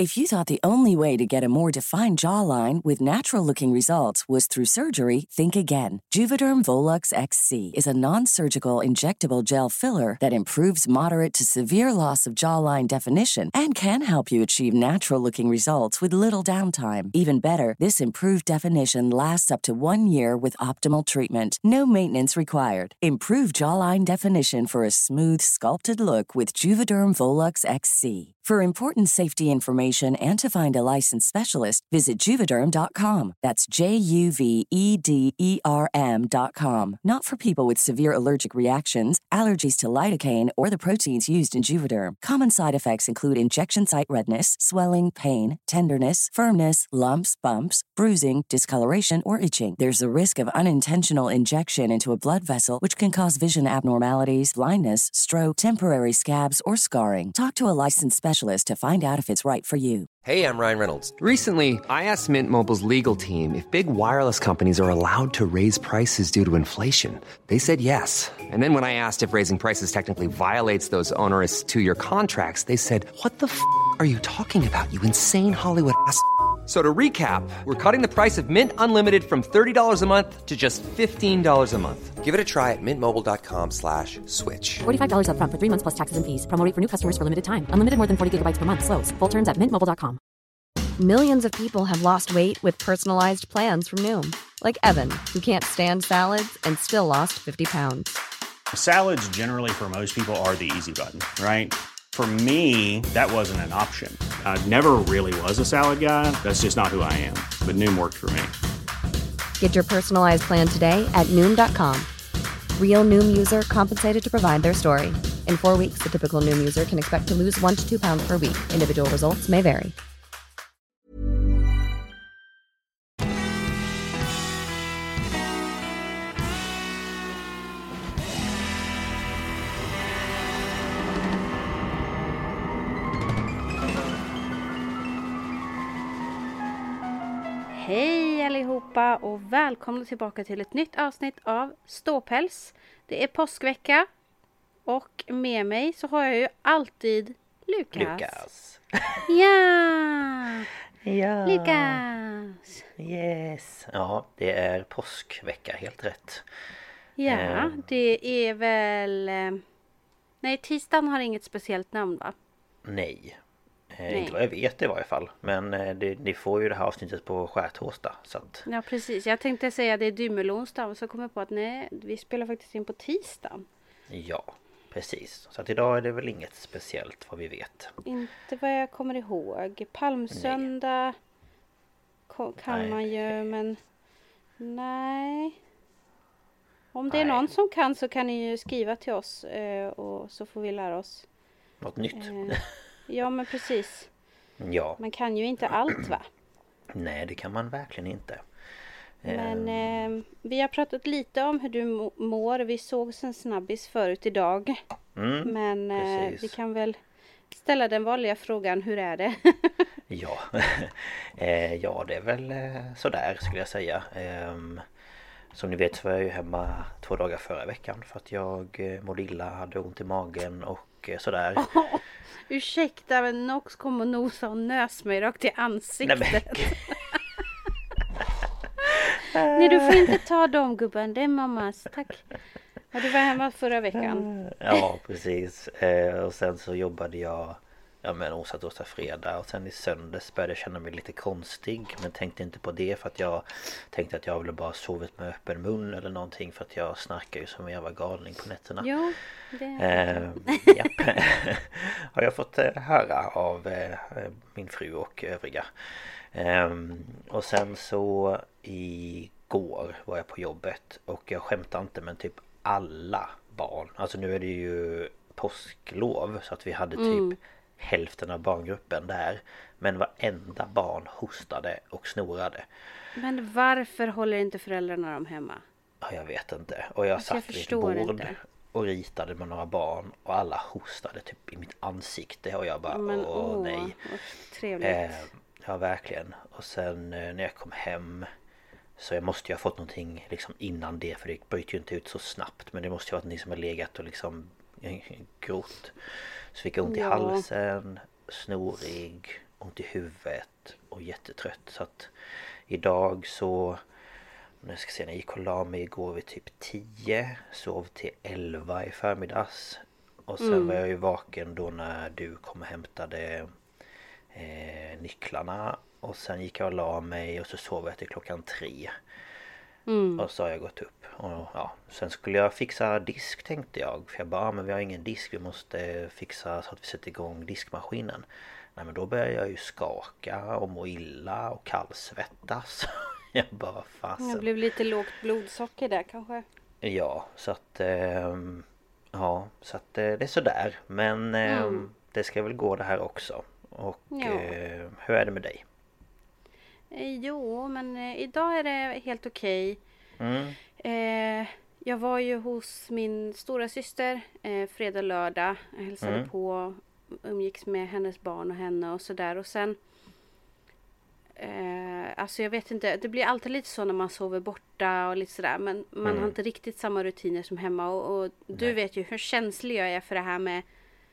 If you thought the only way to get a more defined jawline with natural-looking results was through surgery, think again. Juvederm Volux XC is a non-surgical injectable gel filler that improves moderate to severe loss of jawline definition and can help you achieve natural-looking results with little downtime. Even better, this improved definition lasts up to 1 year with optimal treatment. No maintenance required. Improve jawline definition for a smooth, sculpted look with Juvederm Volux XC. For important safety information and to find a licensed specialist, visit Juvederm.com. That's JUVEDERM.com. Not for people with severe allergic reactions, allergies to lidocaine, or the proteins used in Juvederm. Common side effects include injection site redness, swelling, pain, tenderness, firmness, lumps, bumps, bruising, discoloration, or itching. There's a risk of unintentional injection into a blood vessel, which can cause vision abnormalities, blindness, stroke, temporary scabs, or scarring. Talk to a licensed specialist to find out if it's right for you. Hey, I'm Ryan Reynolds. Recently, I asked Mint Mobile's legal team if big wireless companies are allowed to raise prices due to inflation. They said yes. And then when I asked if raising prices technically violates those onerous two-year contracts, they said, "What the are you talking about, you insane Hollywood ass?" So to recap, we're cutting the price of Mint Unlimited from $30 a month to just $15 a month. Give it a try at mintmobile.com/switch. $45 up front for 3 months plus taxes and fees. Promo rate for new customers for limited time. Unlimited more than 40 gigabytes per month. Slows full terms at mintmobile.com. Millions of people have lost weight with personalized plans from Noom. Like Evan, who can't stand salads and still lost 50 pounds. Salads generally for most people are the easy button, right? For me, that wasn't an option. I never really was a salad guy. That's just not who I am. But Noom worked for me. Get your personalized plan today at Noom.com. Real Noom user compensated to provide their story. In 4 weeks, the typical Noom user can expect to lose 1 to 2 pounds per week. Individual results may vary. Hej allihopa och välkomna tillbaka till ett nytt avsnitt av Ståpäls. Det är påskvecka och med mig så har jag ju alltid Lukas. Ja! Ja. Lukas! Yes. Ja, det är påskvecka, helt rätt. Ja, det är väl... Nej, tisdagen har inget speciellt namn, va? Nej. Inte vad jag vet i varje fall. Men ni får ju det här avsnittet på skärtorsdag. Så att... Ja, precis. Jag tänkte säga att det är dymmelonsdag. Och så kom jag på att nej, vi spelar faktiskt in på tisdagen. Ja, precis. Så att idag är det väl inget speciellt vad vi vet. Inte vad jag kommer ihåg. Palmsöndag kan man ju, men nej. Om det är någon som kan så kan ni ju skriva till oss och så får vi lära oss. Något nytt. Ja, men precis. Ja. Man kan ju inte allt, va? Nej, det kan man verkligen inte. Men vi har pratat lite om hur du mår. Vi såg en snabbis förut idag. Men vi kan väl ställa den vanliga frågan, hur är det? Ja. Ja, det är väl sådär skulle jag säga. Som ni vet så var jag ju hemma 2 dagar förra veckan för att jag mådde illa, hade ont i magen och sådär. Ursäkta, men Nox kom och nosa och nös mig rakt i ansiktet. Nej, du får inte ta dem, gubben. Det är mammas. Tack. Ja, du var hemma förra veckan. Ja, precis. Och sen så jobbade jag onsdag, torsdag, fredag. Och sen i söndags började jag känna mig lite konstig. Men tänkte inte på det för att jag tänkte att jag ville bara sovit med öppen mun eller någonting. För att jag snarkar ju som jag var galning på nätterna. Jo, det har jag fått höra av min fru och övriga. Och sen så igår var jag på jobbet. Och jag skämtar inte, men typ alla barn. Alltså nu är det ju påsklov. Så att vi hade typ hälften av barngruppen där. Men varenda barn hostade och snorade. Men varför håller inte föräldrarna dem hemma? Ja, jag vet inte. Och jag satt vid ett bord och ritade med några barn. Och alla hostade typ i mitt ansikte. Och jag bara, nej. Trevligt. Ja, verkligen. Och sen när jag kom hem så jag måste ju ha fått någonting liksom innan det. För det bryter ju inte ut så snabbt. Men det måste ju vara att ni som har legat och liksom grott. Så fick jag ont i halsen, snorig, ont i huvudet och jättetrött. Så att idag så, jag ska se, när jag gick och la mig igår vid typ 10, sov till 11 i förmiddags. Och sen var jag ju vaken då när du kom och hämtade nycklarna. Och sen gick jag och la mig och så sov jag till klockan 3. Och så har jag gått upp. Och ja, sen skulle jag fixa disk tänkte jag. För jag bara, men vi har ingen disk, vi måste fixa så att vi sätter igång diskmaskinen. Nej, men då börjar jag ju skaka och må illa och kallsvettas. Jag bara fasen. Det blev lite lågt blodsocker där kanske. Ja, så att ja, så att det är sådär. Men det ska väl gå det här också. Och hur är det med dig? Jo, men idag är det helt okej. Jag var ju hos min stora syster fredag, lördag. Jag hälsade på, umgicks med hennes barn och henne och sådär. Och sen, alltså jag vet inte, det blir alltid lite så när man sover borta och lite sådär. Men man har inte riktigt samma rutiner som hemma. Och du vet ju hur känslig jag är för det här med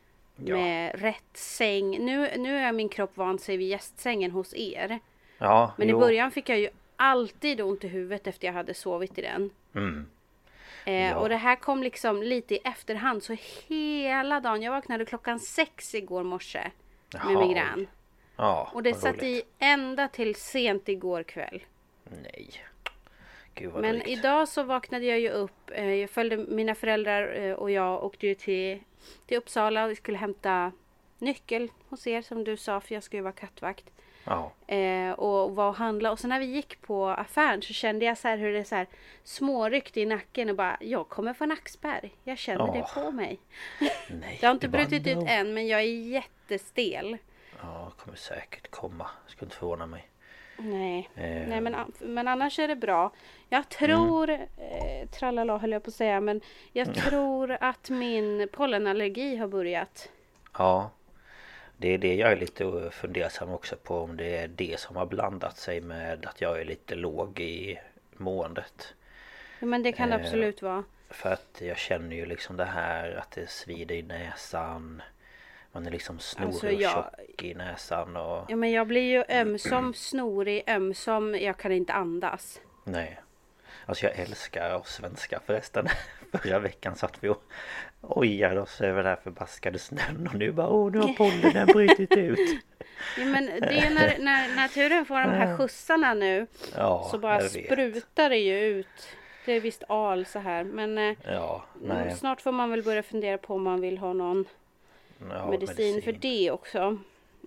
rätt säng. Nu är min kropp van sig vid gästsängen hos er. Ja, men i början fick jag ju alltid ont i huvudet efter jag hade sovit i den. Och det här kom liksom lite i efterhand. Så hela dagen, jag vaknade klockan 6 igår morse med migrän. Ja, och det satt i ända till sent igår kväll. Nej. Gud vad men drygt. Idag så vaknade jag ju upp. Jag följde mina föräldrar och jag åkte ju till Uppsala och vi skulle hämta nyckel hos er som du sa, för jag skulle ju vara kattvakt. Ja. Och var och handla. Och så när vi gick på affären så kände jag så här hur det är så här småryckt i nacken och bara, jag kommer få nackspärr. Jag känner det på mig. Nej, det har inte brutit ut än, men jag är jättestel. Ja, det kommer säkert komma. Jag skulle inte förvåna mig. Nej, men annars är det bra. Jag tror, trallala höll jag på att säga, men jag tror att min pollenallergi har börjat. Ja, det är det jag är lite fundersam också på, om det är det som har blandat sig med att jag är lite låg i måendet. Ja, men det kan det absolut vara. För att jag känner ju liksom det här att det svider i näsan. Man är liksom snorig och tjock i näsan och... Ja, men jag blir ju ömsom snorig, ömsom jag kan inte andas. Nej. Alltså jag älskar oss svenskar förresten. Förra veckan satt vi och ojade oss över det här förbaskade snön. Och nu bara, nu har pollenen brutit ut. Ja, men det är när naturen får de här skjutsarna nu. Ja, så bara sprutar det ju ut. Det är visst al så här. Men snart får man väl börja fundera på om man vill ha någon medicin för det också.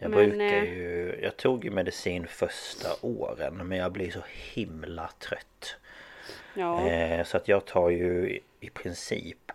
Jag tog ju medicin första åren, men jag blir så himla trött. Ja. Så att jag tar ju i princip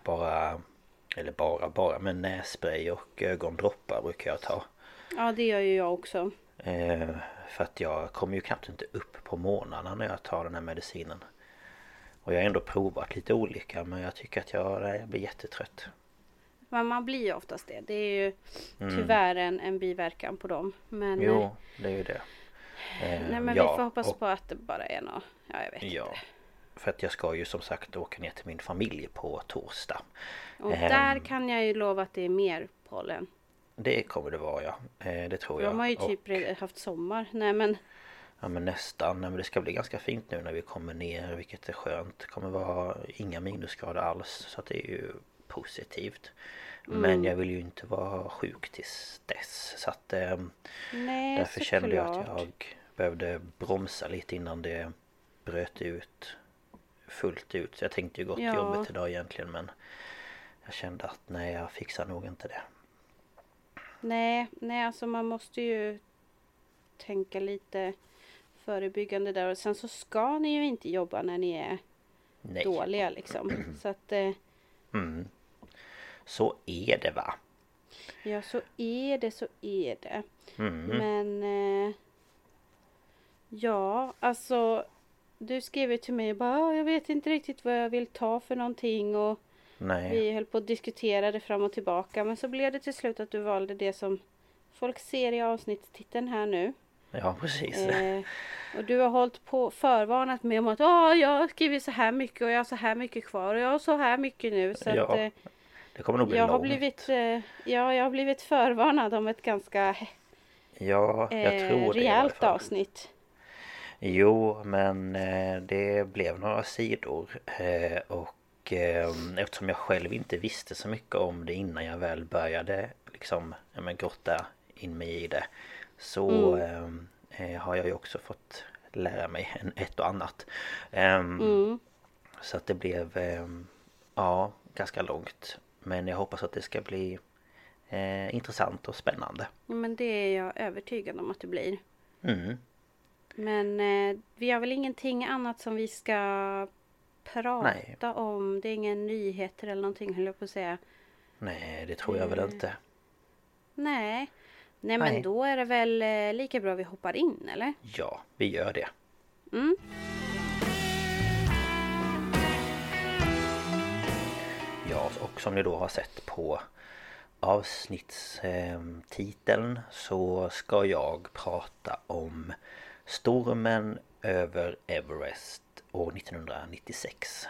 bara men nässpray och ögondroppar brukar jag ta. Ja, det gör ju jag också. För att jag kommer ju knappt inte upp på morgnarna när jag tar den här medicinen. Och jag har ändå provat lite olika, men jag tycker att jag blir jättetrött. Men man blir ju oftast det. Det är ju tyvärr en biverkan på dem. Men, jo, det är ju det. Nej, men vi får hoppas på att det bara är något. Ja, jag vet inte. För att jag ska ju som sagt åka ner till min familj på torsdag. Och där kan jag ju lova att det är mer pollen. Det kommer det vara, ja. Det tror jag. De har ju typ haft sommar. Nej, men... Ja, men nästan. Nej, men det ska bli ganska fint nu när vi kommer ner, vilket är skönt. Det kommer vara inga minusgrader alls, så att det är ju positivt. Men jag vill ju inte vara sjuk tills dess. Så att därför kände jag att jag behövde bromsa lite innan det bröt ut fullt ut. Så jag tänkte ju gå till jobbet idag egentligen, men jag kände att nej, jag fixar nog inte det. Nej, alltså man måste ju tänka lite förebyggande där. Och sen så ska ni ju inte jobba när ni är dåliga liksom. Så att... Så är det, va? Ja, så är det. Men... ja, alltså... Du skrev ju till mig bara, jag vet inte riktigt vad jag vill ta för någonting. Och vi höll på att diskutera det fram och tillbaka. Men så blev det till slut att du valde det som folk ser i avsnittstiteln här nu. Ja, precis. Och du har hållit på förvarnat mig om att jag har skrivit så här mycket och jag har så här mycket kvar och jag har så här mycket nu. Så att, det kommer nog bli jag långt. Jag har blivit förvarnad om ett ganska Ja, jag tror det rejält avsnitt. Jo, men det blev några sidor och eftersom jag själv inte visste så mycket om det innan jag väl började liksom grotta in mig i det, så har jag ju också fått lära mig ett och annat. Så att det blev ganska långt. Men jag hoppas att det ska bli intressant och spännande. Ja, men det är jag övertygad om att det blir. Men vi har väl ingenting annat som vi ska prata om. Det är ingen nyheter eller någonting, höll jag på att säga. Nej, det tror jag väl inte. Nej, men då är det väl lika bra vi hoppar in, eller? Ja, vi gör det. Ja, och som ni då har sett på avsnittstiteln så ska jag prata om stormen över Everest år 1996.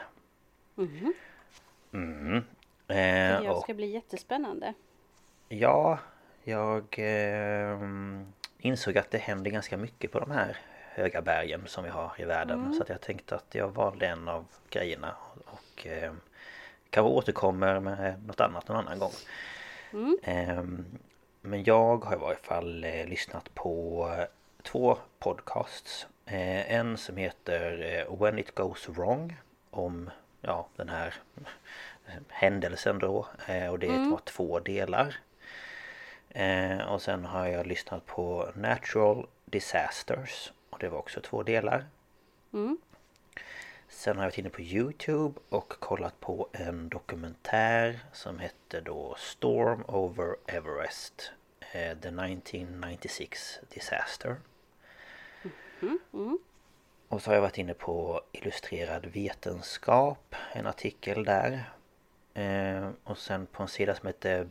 Det ska bli jättespännande. Ja, jag insåg att det händer ganska mycket på de här höga bergen som vi har i världen. Så att jag tänkte att jag valde en av grejerna och kanske återkommer med något annat någon annan gång. Men jag har i varje fall lyssnat på 2 podcasts. En som heter When It Goes Wrong, om den här händelsen då, och det var 2 delar. Och sen har jag lyssnat på Natural Disasters, och det var också 2 delar. Sen har jag varit inne på YouTube och kollat på en dokumentär som hette då Storm over Everest, The 1996 Disaster. Och så har jag varit inne på Illustrerad vetenskap, en artikel där. Och sen på en sida som heter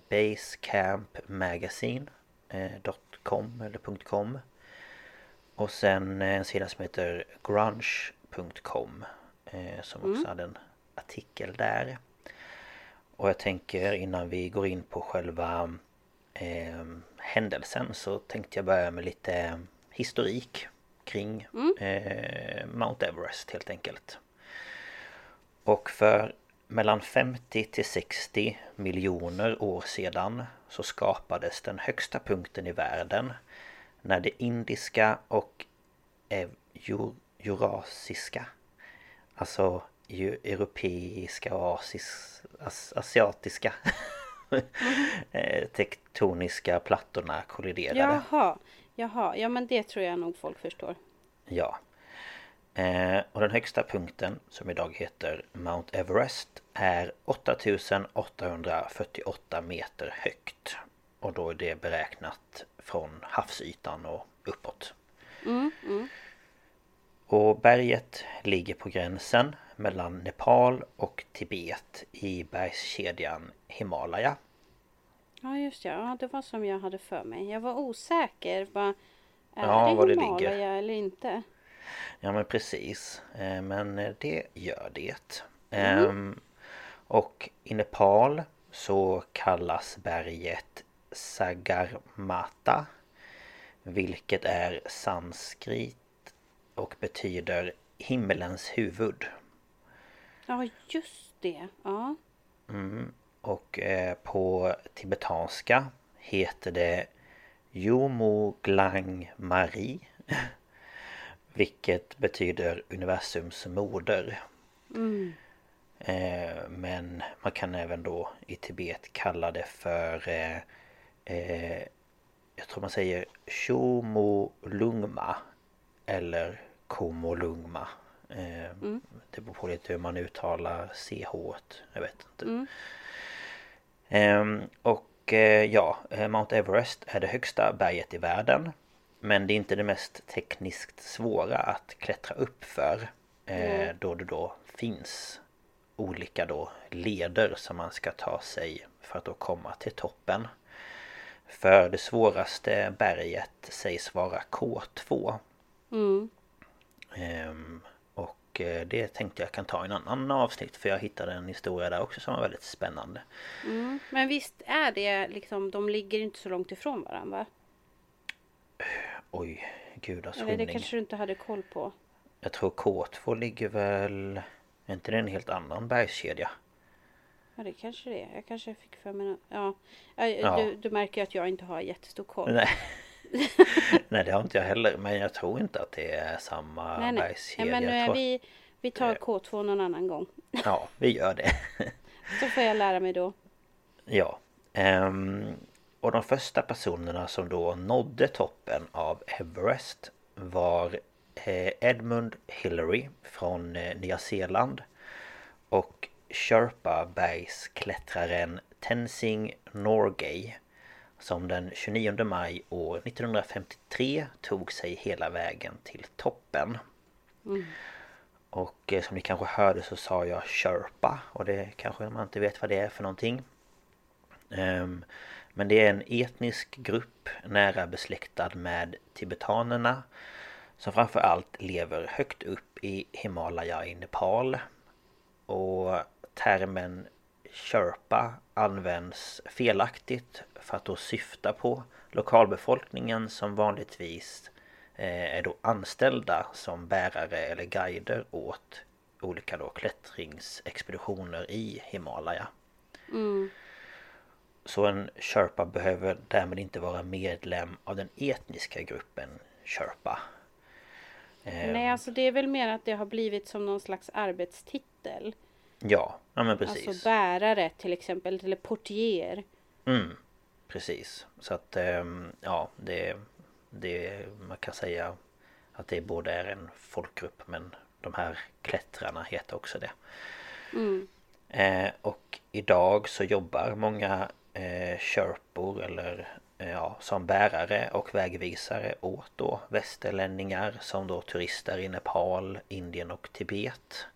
basecampmagazine.com eller .com. Och sen en sida som heter grunge.com som också hade en artikel där. Och jag tänker innan vi går in på själva händelsen så tänkte jag börja med lite historik kring Mount Everest helt enkelt. Och för mellan 50 till 60 miljoner år sedan så skapades den högsta punkten i världen när det indiska och eurasiska, alltså europeiska och asiatiska tektoniska plattorna kolliderade. Jaha, ja men det tror jag nog folk förstår. Ja. Och den högsta punkten som idag heter Mount Everest är 8848 meter högt. Och då är det beräknat från havsytan och uppåt. Och berget ligger på gränsen mellan Nepal och Tibet i bergskedjan Himalaya. Ja just ja, det var som jag hade för mig. Jag var osäker, är var det det Himalaya ligger eller inte? Ja men precis, men det gör det. Och i Nepal så kallas berget Sagarmatha, vilket är sanskrit och betyder himmelens huvud. Ja just det, ja. Och på tibetanska heter det Jomoglang Mari, vilket betyder universums moder. Men man kan även då i Tibet kalla det för jag tror man säger Chomolungma eller Komolungma. Det beror på lite hur man uttalar CH, jag vet inte. Mount Everest är det högsta berget i världen. Men det är inte det mest tekniskt svåra att klättra upp för. Då det då finns olika då leder som man ska ta sig för att då komma till toppen. För det svåraste berget sägs vara K2. Och det tänkte jag kan ta en annan avsnitt, för jag hittade en historia där också som var väldigt spännande. Men visst är det liksom, de ligger inte så långt ifrån varandra, va? Oj, gudars Eller skymning. det kanske du inte hade koll på. Jag tror K2 ligger väl... Är inte det en helt annan bergskedja? Ja, det kanske det är. Jag kanske fick för mig... Ja. Du märker att jag inte har jättestor koll. Nej. Nej, det har inte jag heller. Men jag tror inte att det är samma bergskedja. Men vi tar K2 någon annan gång. Ja, vi gör det. Så får jag lära mig då. Ja. Och de första personerna som då nådde toppen av Everest var Edmund Hillary från Nya Zeeland och Sherpa-bergsklättraren Tenzing Norgay som den 29 maj år 1953 tog sig hela vägen till toppen. Och som ni kanske hörde så sa jag Sherpa, och det kanske man inte vet vad det är för någonting. Men det är en etnisk grupp nära besläktad med tibetanerna som framförallt lever högt upp i Himalaya i Nepal. Och termen Sherpa används felaktigt för att då syfta på lokalbefolkningen som vanligtvis är då anställda som bärare eller guider åt olika då klättringsexpeditioner i Himalaya. Så en Sherpa behöver därmed inte vara medlem av den etniska gruppen Sherpa. Nej, alltså det är väl mer att det har blivit som någon slags arbetstitel. Ja men precis. Alltså bärare till exempel, eller portier. Precis. Så att ja, det man kan säga att det både är en folkgrupp, men de här klättrarna heter också det. Och idag så jobbar många Sherpor eller som bärare och vägvisare åt då västerlänningar som då turister i Nepal, Indien och Tibet.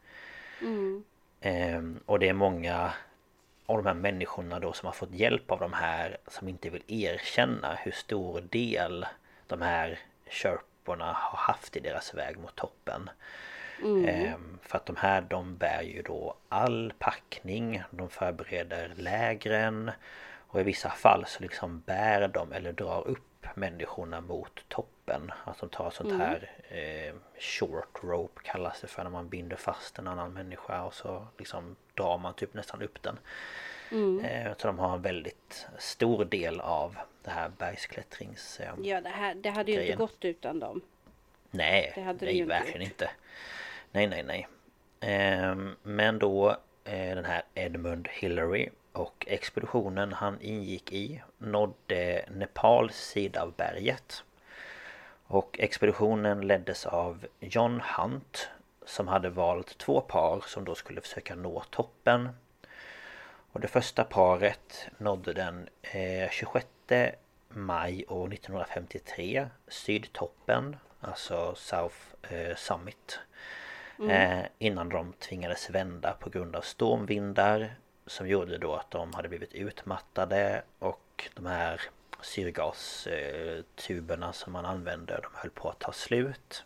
Och det är många av de här människorna då som har fått hjälp av de här som inte vill erkänna hur stor del de här Sherporna har haft i deras väg mot toppen. För att de bär ju då all packning, de förbereder lägren och i vissa fall så liksom bär de eller drar upp människorna mot toppen. Att de tar sånt här short rope kallas det för, när man binder fast en annan människa och så liksom drar man typ nästan upp den. Så de har en väldigt stor del av det här bergsklättrings Ja, det hade ju inte gått utan dem. Nej, det hade nej verkligen inte. Nej. Men då den här Edmund Hillary och expeditionen han ingick i nådde Nepals sida av berget. Och expeditionen leddes av John Hunt som hade valt 2 par som då skulle försöka nå toppen. Och det första paret nådde den 26 maj år 1953 sydtoppen, alltså South Summit. Innan de tvingades vända på grund av stormvindar som gjorde då att de hade blivit utmattade och de här syrgastuberna som man använde, de höll på att ta slut.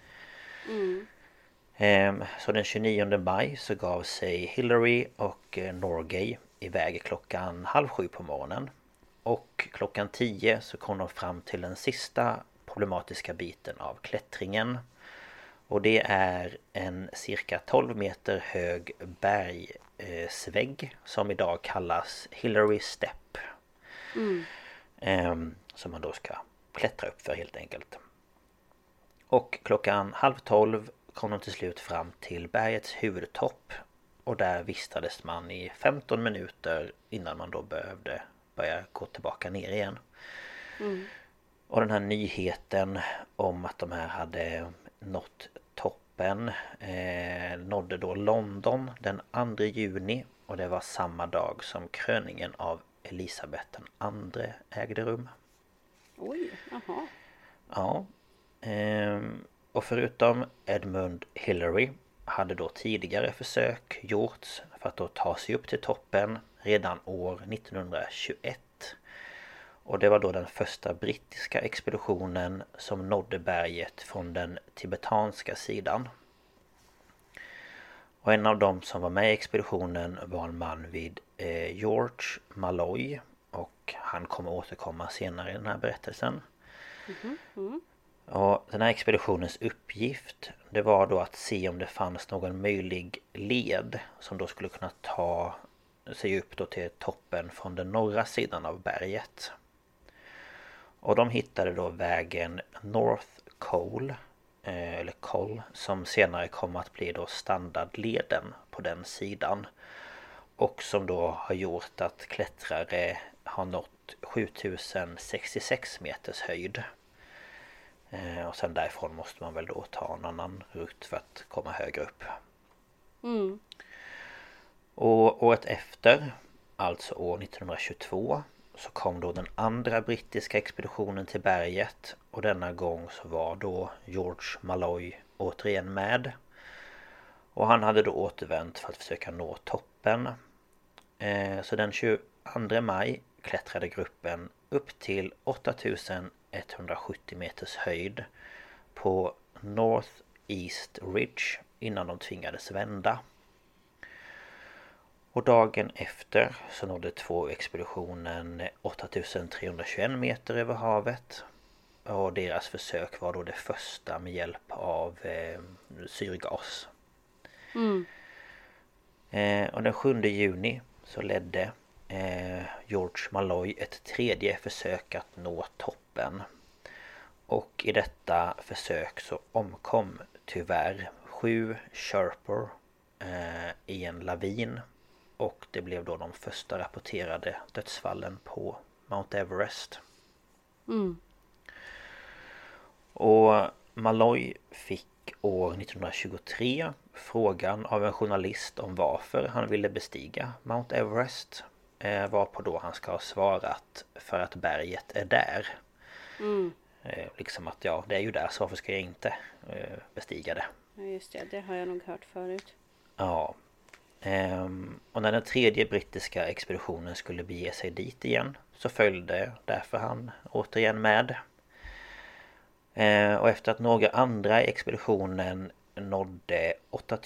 Så den 29 maj så gav sig Hillary och Norgay iväg klockan 6:30 på morgonen. Och klockan 10 så kom de fram till den sista problematiska biten av klättringen. Och det är en cirka 12 meter hög bergsvägg som idag kallas Hillary Step. Som man då ska klättra upp för helt enkelt. Och klockan 11:30 kom de till slut fram till bergets huvudtopp. Och där vistades man i 15 minuter innan man då behövde börja gå tillbaka ner igen. Och den här nyheten om att de här hade nått toppen nådde då London den 2 juni. Och det var samma dag som kröningen av Elisabeth den andre ägde rum. Oj, jaha. Ja. Och förutom Edmund Hillary hade då tidigare försök gjorts för att då ta sig upp till toppen redan år 1921. Och det var då den första brittiska expeditionen som nådde berget från den tibetanska sidan. Och en av dem som var med i expeditionen var en man vid George Malloy. Och han kommer återkomma senare i den här berättelsen. Den här expeditionens uppgift, det var då att se om det fanns någon möjlig led som då skulle kunna ta sig upp då till toppen från den norra sidan av berget. Och de hittade då vägen North Col, eller Col, som senare kom att bli då standardleden på den sidan. Och som då har gjort att klättrare har nått 7066 meters höjd. Och sen därifrån måste man väl då ta en annan rutt för att komma högre upp. Mm. Och året efter, alltså år 1922, så kom då den andra brittiska expeditionen till berget. Och denna gång så var då George Malloy återigen med. Och han hade då återvänt för att försöka nå toppen. Så den 22 maj klättrade gruppen upp till 8170 meters höjd på North East Ridge innan de tvingades vända. Och dagen efter så nådde 2-expeditionen 8321 meter över havet. Och deras försök var då det första med hjälp av syrgas. Mm. Och den 7 juni så ledde George Malloy ett tredje försök att nå toppen. Och i detta försök så omkom tyvärr 7 sherpor i en lavin. Och det blev då de första rapporterade dödsfallen på Mount Everest. Mm. Och Malloy fick år 1923 frågan av en journalist om varför han ville bestiga Mount Everest. Varpå då han ska ha svarat för att berget är där. Mm. Liksom att ja, det är ju där, så varför ska jag inte bestiga det? Ja, just det, det har jag nog hört förut. Ja. Och när den tredje brittiska expeditionen skulle bege sig dit igen så följde därför han återigen med. Och efter att några andra i expeditionen nådde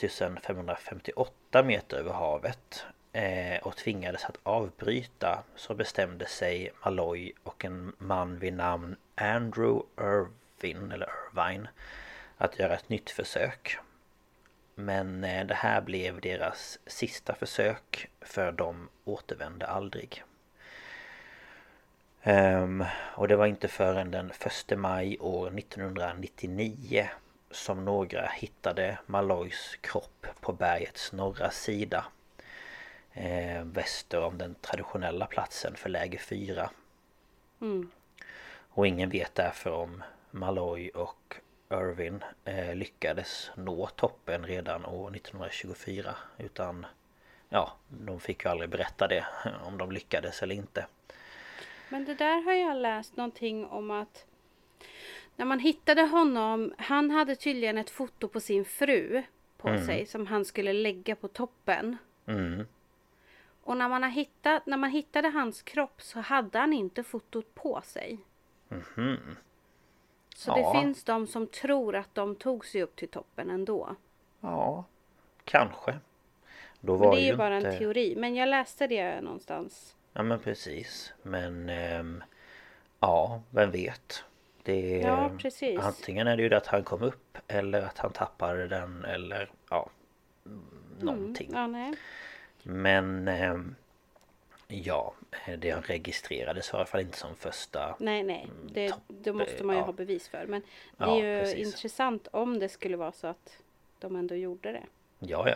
8558 meter över havet och tvingades att avbryta, så bestämde sig Malloy och en man vid namn Andrew Irvine att göra ett nytt försök. Men det här blev deras sista försök, för de återvände aldrig. Och det var inte förrän den 1 maj år 1999 som några hittade Malloys kropp på bergets norra sida, väster om den traditionella platsen för läger 4. Mm. Och ingen vet därför om Malloy och Irvine lyckades nå toppen redan år 1924, utan ja, de fick ju aldrig berätta det, om de lyckades eller inte. Men det där har jag läst någonting om, att när man hittade honom, han hade tydligen ett foto på sin fru på sig som han skulle lägga på toppen. Mm. Och när man hittade hans kropp så hade han inte fotot på sig. Mm-hmm. Så det finns de som tror att de tog sig upp till toppen ändå. Ja, kanske. Då Men var det är ju ju bara inte... en teori. Men jag läste det någonstans. Ja, men precis. Men ja, vem vet? Det, Ja, precis. antingen är det ju det att han kom upp, eller att han tappade den, eller ja, någonting. Ja, nej. Men ja, det registrerades i alla fall inte som första. Nej. Det måste man ju ha bevis för. Men det är ju precis. intressant om det skulle vara så att de ändå gjorde det. Ja.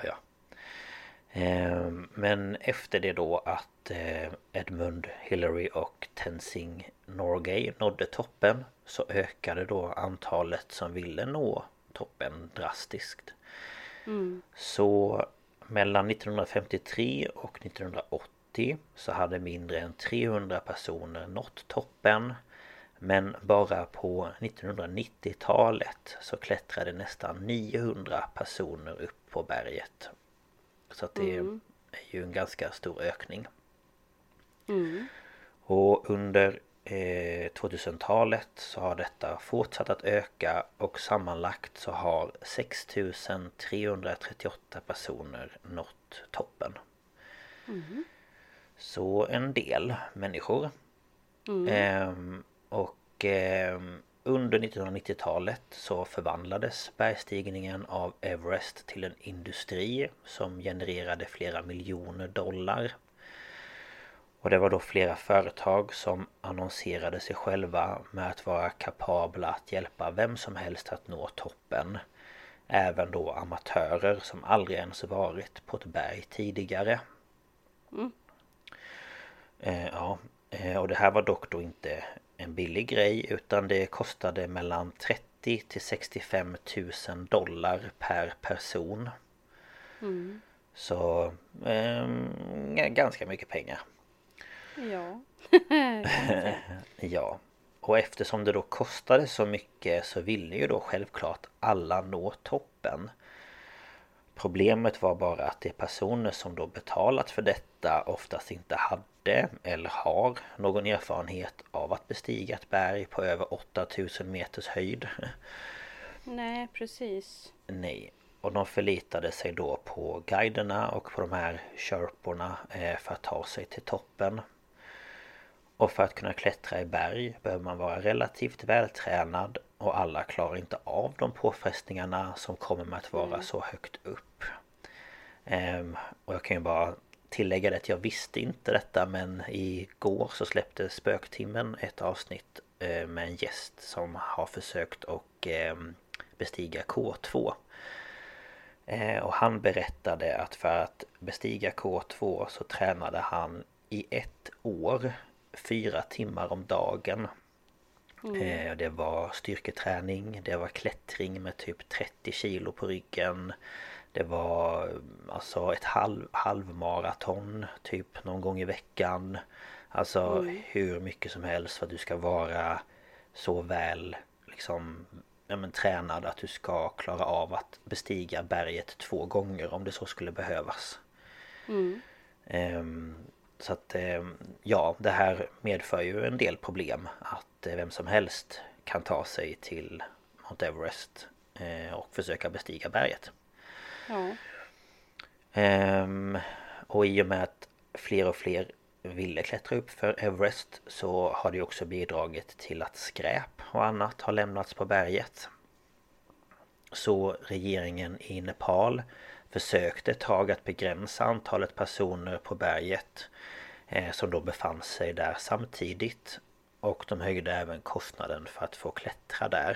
Men efter det då att Edmund Hillary och Tenzing Norgay nådde toppen, så ökade då antalet som ville nå toppen drastiskt. Så mellan 1953 och 1980 så hade mindre än 300 personer nått toppen. Men bara på 1990-talet så klättrade nästan 900 personer upp på berget. Så att det är ju en ganska stor ökning. Och under 2000-talet så har detta fortsatt att öka, och sammanlagt så har 6338 personer nått toppen. Så en del människor. Och under 1990-talet så förvandlades bergstigningen av Everest till en industri som genererade flera miljoner dollar. Och det var då flera företag som annonserade sig själva med att vara kapabla att hjälpa vem som helst att nå toppen. Även då amatörer som aldrig ens varit på ett berg tidigare. Och det här var dock då inte en billig grej, utan det kostade mellan 30 till 65 000 dollar per person. Så ganska mycket pengar. Ja. Ja. Och eftersom det då kostade så mycket så ville ju då självklart alla nå toppen. Problemet var bara att de personer som då betalat för detta oftast inte hade eller har någon erfarenhet av att bestiga ett berg på över 8000 meters höjd. Nej, precis. Nej. Och de förlitade sig då på guiderna och på de här sherporna för att ta sig till toppen. Och för att kunna klättra i berg behöver man vara relativt vältränad och alla klarar inte av de påfrestningarna som kommer med att vara så högt upp. Och jag kan ju bara tillägga det att jag visste inte detta, men igår så släppte Spöktimmen ett avsnitt med en gäst som har försökt att bestiga K2. Och han berättade att för att bestiga K2 så tränade han i 1 år 4 timmar om dagen. Det var styrketräning, det var klättring med typ 30 kilo på ryggen. Det var alltså ett halvmaraton typ någon gång i veckan. Alltså hur mycket som helst för att du ska vara så väl liksom tränad att du ska klara av att bestiga berget 2 gånger om det så skulle behövas. Så att ja, det här medför ju en del problem att vem som helst kan ta sig till Mount Everest och försöka bestiga berget. Ja. Och i och med att fler och fler ville klättra upp för Everest så har det också bidragit till att skräp och annat har lämnats på berget. Så regeringen i Nepal försökte ett tag att begränsa antalet personer på berget som då befann sig där samtidigt, och de höjde även kostnaden för att få klättra där.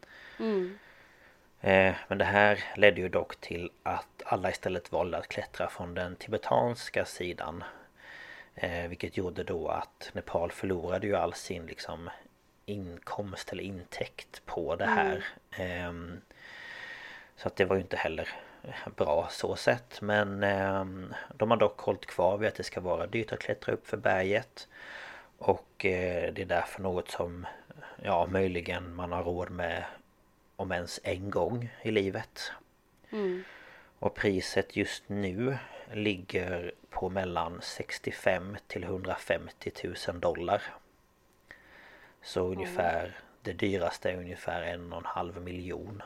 Men det här ledde ju dock till att alla istället valde att klättra från den tibetanska sidan, vilket gjorde då att Nepal förlorade ju all sin liksom inkomst eller intäkt på det här. Så att det var ju inte heller bra så sett. Men de har dock hållit kvar vid att det ska vara dyrt att klättra upp för berget. Och det är därför något som möjligen man har råd med om ens en gång i livet. Och priset just nu ligger på mellan 65 till 150 000 dollar. Så ungefär det dyraste är ungefär 1,5 miljon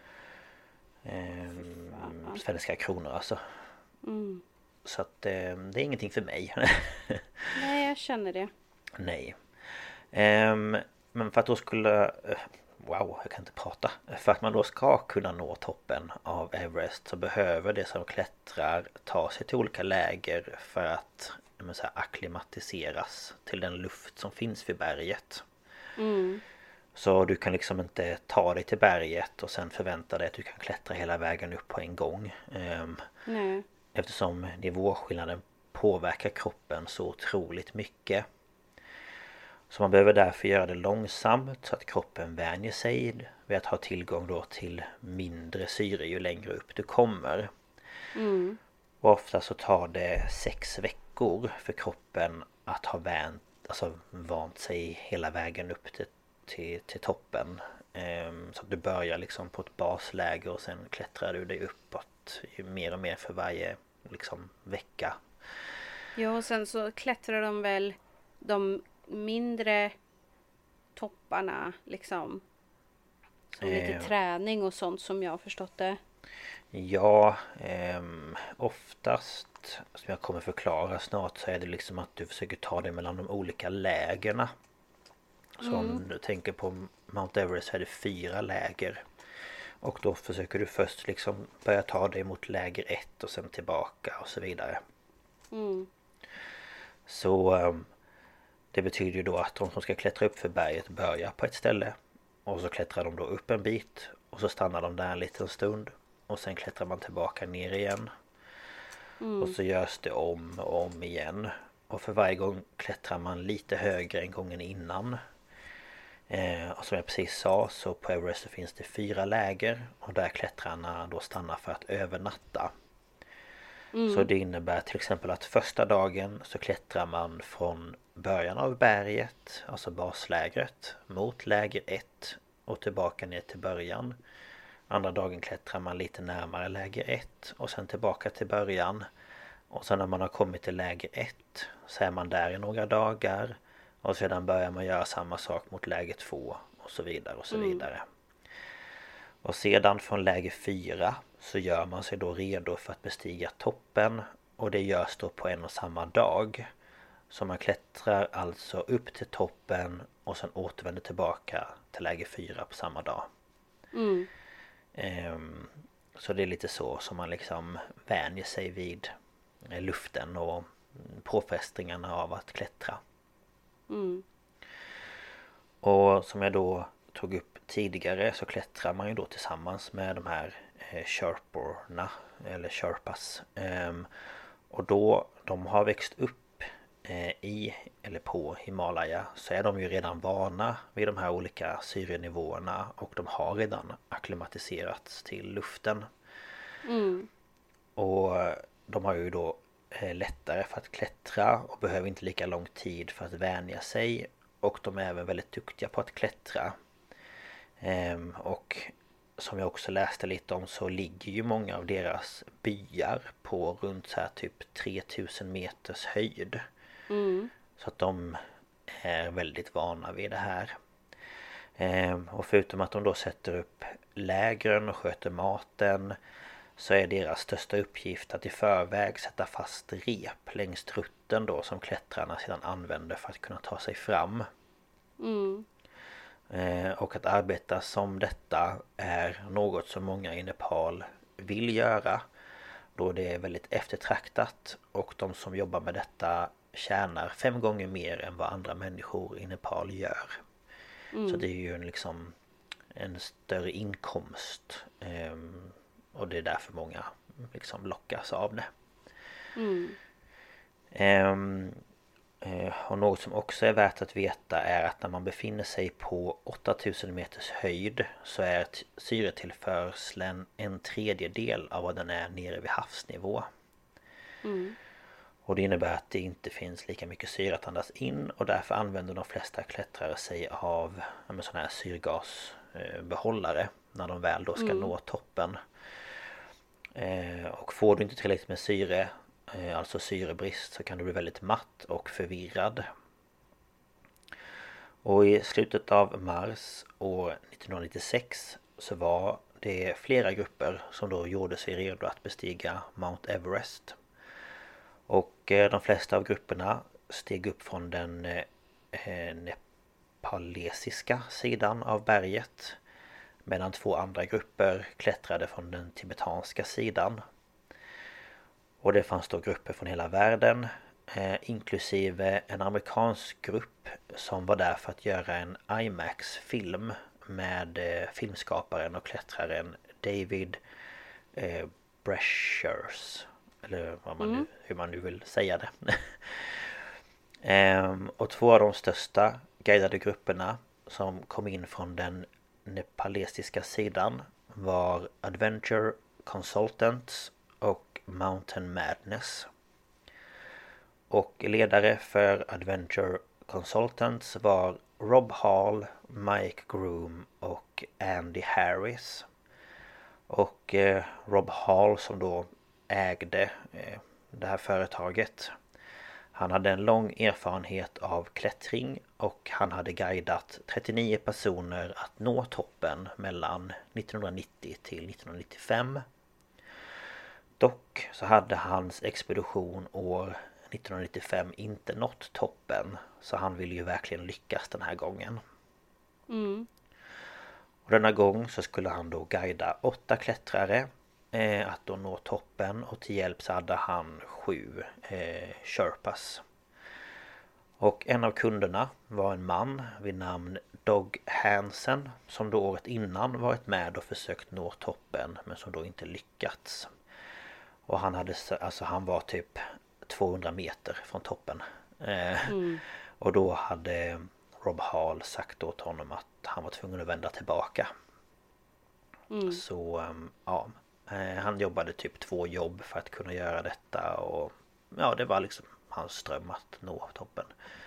svenska kronor alltså. Så att det är ingenting för mig. Nej, jag känner det. Nej. Men för att då skulle jag kan inte prata. För att man då ska kunna nå toppen av Everest så behöver det som klättrar ta sig till olika läger för att akklimatiseras till den luft som finns vid berget. Så du kan liksom inte ta dig till berget och sen förvänta dig att du kan klättra hela vägen upp på en gång. Nej. Eftersom nivåskillnaden påverkar kroppen så otroligt mycket. Så man behöver därför göra det långsamt så att kroppen vänjer sig vid att ha tillgång då till mindre syre ju längre upp du kommer. Och ofta så tar det 6 veckor för kroppen att ha vant sig hela vägen upp till toppen. Så att du börjar liksom på ett basläge och sen klättrar du dig uppåt mer och mer för varje liksom vecka. Ja, och sen så klättrar de väl de mindre topparna liksom som lite träning och sånt som jag har förstått det. Ja, oftast som jag kommer förklara snart så är det liksom att du försöker ta dig mellan de olika lägena. Så om du tänker på Mount Everest så är det 4 läger. Och då försöker du först liksom börja ta dig mot läger 1 och sen tillbaka och så vidare. Så det betyder ju då att de som ska klättra upp för berget börjar på ett ställe. Och så klättrar de då upp en bit. Och så stannar de där en liten stund. Och sen klättrar man tillbaka ner igen. Och så görs det om och om igen. Och för varje gång klättrar man lite högre än gången innan. Och som jag precis sa så på Everest så finns det 4 läger. Och där klättrarna då stannar för att övernatta. Så det innebär till exempel att första dagen så klättrar man från början av berget, alltså baslägret, mot läger 1 och tillbaka ner till början. Andra dagen klättrar man lite närmare läger 1 och sen tillbaka till början. Och sen när man har kommit till läger 1 så är man där i några dagar. Och sedan börjar man göra samma sak mot läger 2 och så vidare och så vidare. Och sedan från läger 4 så gör man sig då redo för att bestiga toppen. Och det görs då på en och samma dag. Så man klättrar alltså upp till toppen och sen återvänder tillbaka till läger 4 på samma dag. Så det är lite så som man liksom vänjer sig vid luften och påfrestningarna av att klättra. Och som jag då tog upp tidigare så klättrar man ju då tillsammans med de här Sherporna eller Sherpas. Och då de har växt upp i eller på Himalaya så är de ju redan vana vid de här olika syrenivåerna och de har redan akklimatiserats till luften. Och de har ju då lättare för att klättra och behöver inte lika lång tid för att vänja sig. Och de är även väldigt duktiga på att klättra. Och som jag också läste lite om så ligger ju många av deras byar på runt så här typ 3000 meters höjd. Så att de är väldigt vana vid det här. Och förutom att de då sätter upp lägren och sköter maten så är deras största uppgift att i förväg sätta fast rep längs rutten då som klättrarna sedan använder för att kunna ta sig fram. Och att arbeta som detta är något som många i Nepal vill göra då det är väldigt eftertraktat och de som jobbar med detta tjänar 5 gånger mer än vad andra människor i Nepal gör. Så det är ju liksom en större inkomst och det är därför många liksom lockas av det. Och något som också är värt att veta är att när man befinner sig på 8000 meters höjd så är syretillförseln 1/3 av vad den är nere vid havsnivå. Och det innebär att det inte finns lika mycket syre att andas in och därför använder de flesta klättrare sig av sådana här syrgasbehållare när de väl då ska nå toppen. Och får du inte tillräckligt med syre, alltså syrebrist, så kan du bli väldigt matt och förvirrad. Och i slutet av mars år 1996 så var det flera grupper som då gjorde sig redo att bestiga Mount Everest. Och de flesta av grupperna steg upp från den nepalesiska sidan av berget. Medan 2 andra grupper klättrade från den tibetanska sidan. Och det fanns då grupper från hela världen. Inklusive en amerikansk grupp som var där för att göra en IMAX-film med filmskaparen och klättraren David Breshers. Eller vad man nu, hur man nu vill säga det. Och 2 av de största guidade grupperna som kom in från den nepalesiska sidan var Adventure Consultants och Mountain Madness. Och ledare för Adventure Consultants var Rob Hall, Mike Groom och Andy Harris. Och Rob Hall som då ägde det här företaget, han hade en lång erfarenhet av klättring och han hade guidat 39 personer att nå toppen mellan 1990 till 1995. Dock så hade hans expedition år 1995 inte nått toppen, så han ville ju verkligen lyckas den här gången. Och denna gång så skulle han då guida 8 klättrare att då nå toppen, och till hjälp så hade han 7 Sherpas. Och en av kunderna var en man vid namn Doug Hansen, som då året innan varit med och försökt nå toppen men som då inte lyckats. Och han var typ 200 meter från toppen. Och då hade Rob Hall sagt åt honom att han var tvungen att vända tillbaka. Så han jobbade typ 2 jobb för att kunna göra detta, och ja, det var liksom hans dröm att nå toppen.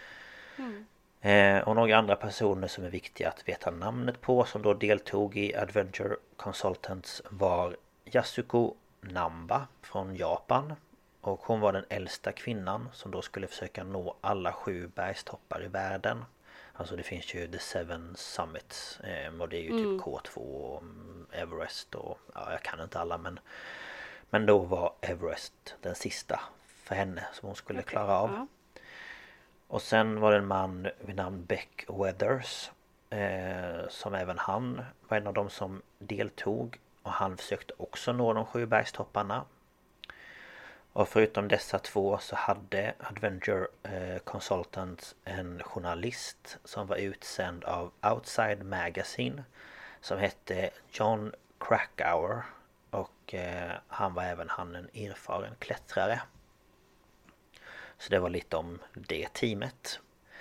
Och några andra personer som är viktiga att veta namnet på som då deltog i Adventure Consultants var Yasuko Namba från Japan. Och hon var den äldsta kvinnan som då skulle försöka nå alla 7 bergstoppar i världen. Alltså det finns ju The Seven Summits, och det är ju typ K2 och Everest och ja, jag kan inte alla, men då var Everest den sista för henne som hon skulle klara av. Ja. Och sen var det en man vid namn Beck Weathers, som även han var en av dem som deltog, och han försökte också nå de 7 bergstopparna. Och förutom dessa 2 så hade Adventure Consultants en journalist som var utsänd av Outside Magazine som hette John Krakauer, och han var även en erfaren klättrare. Så det var lite om det teamet.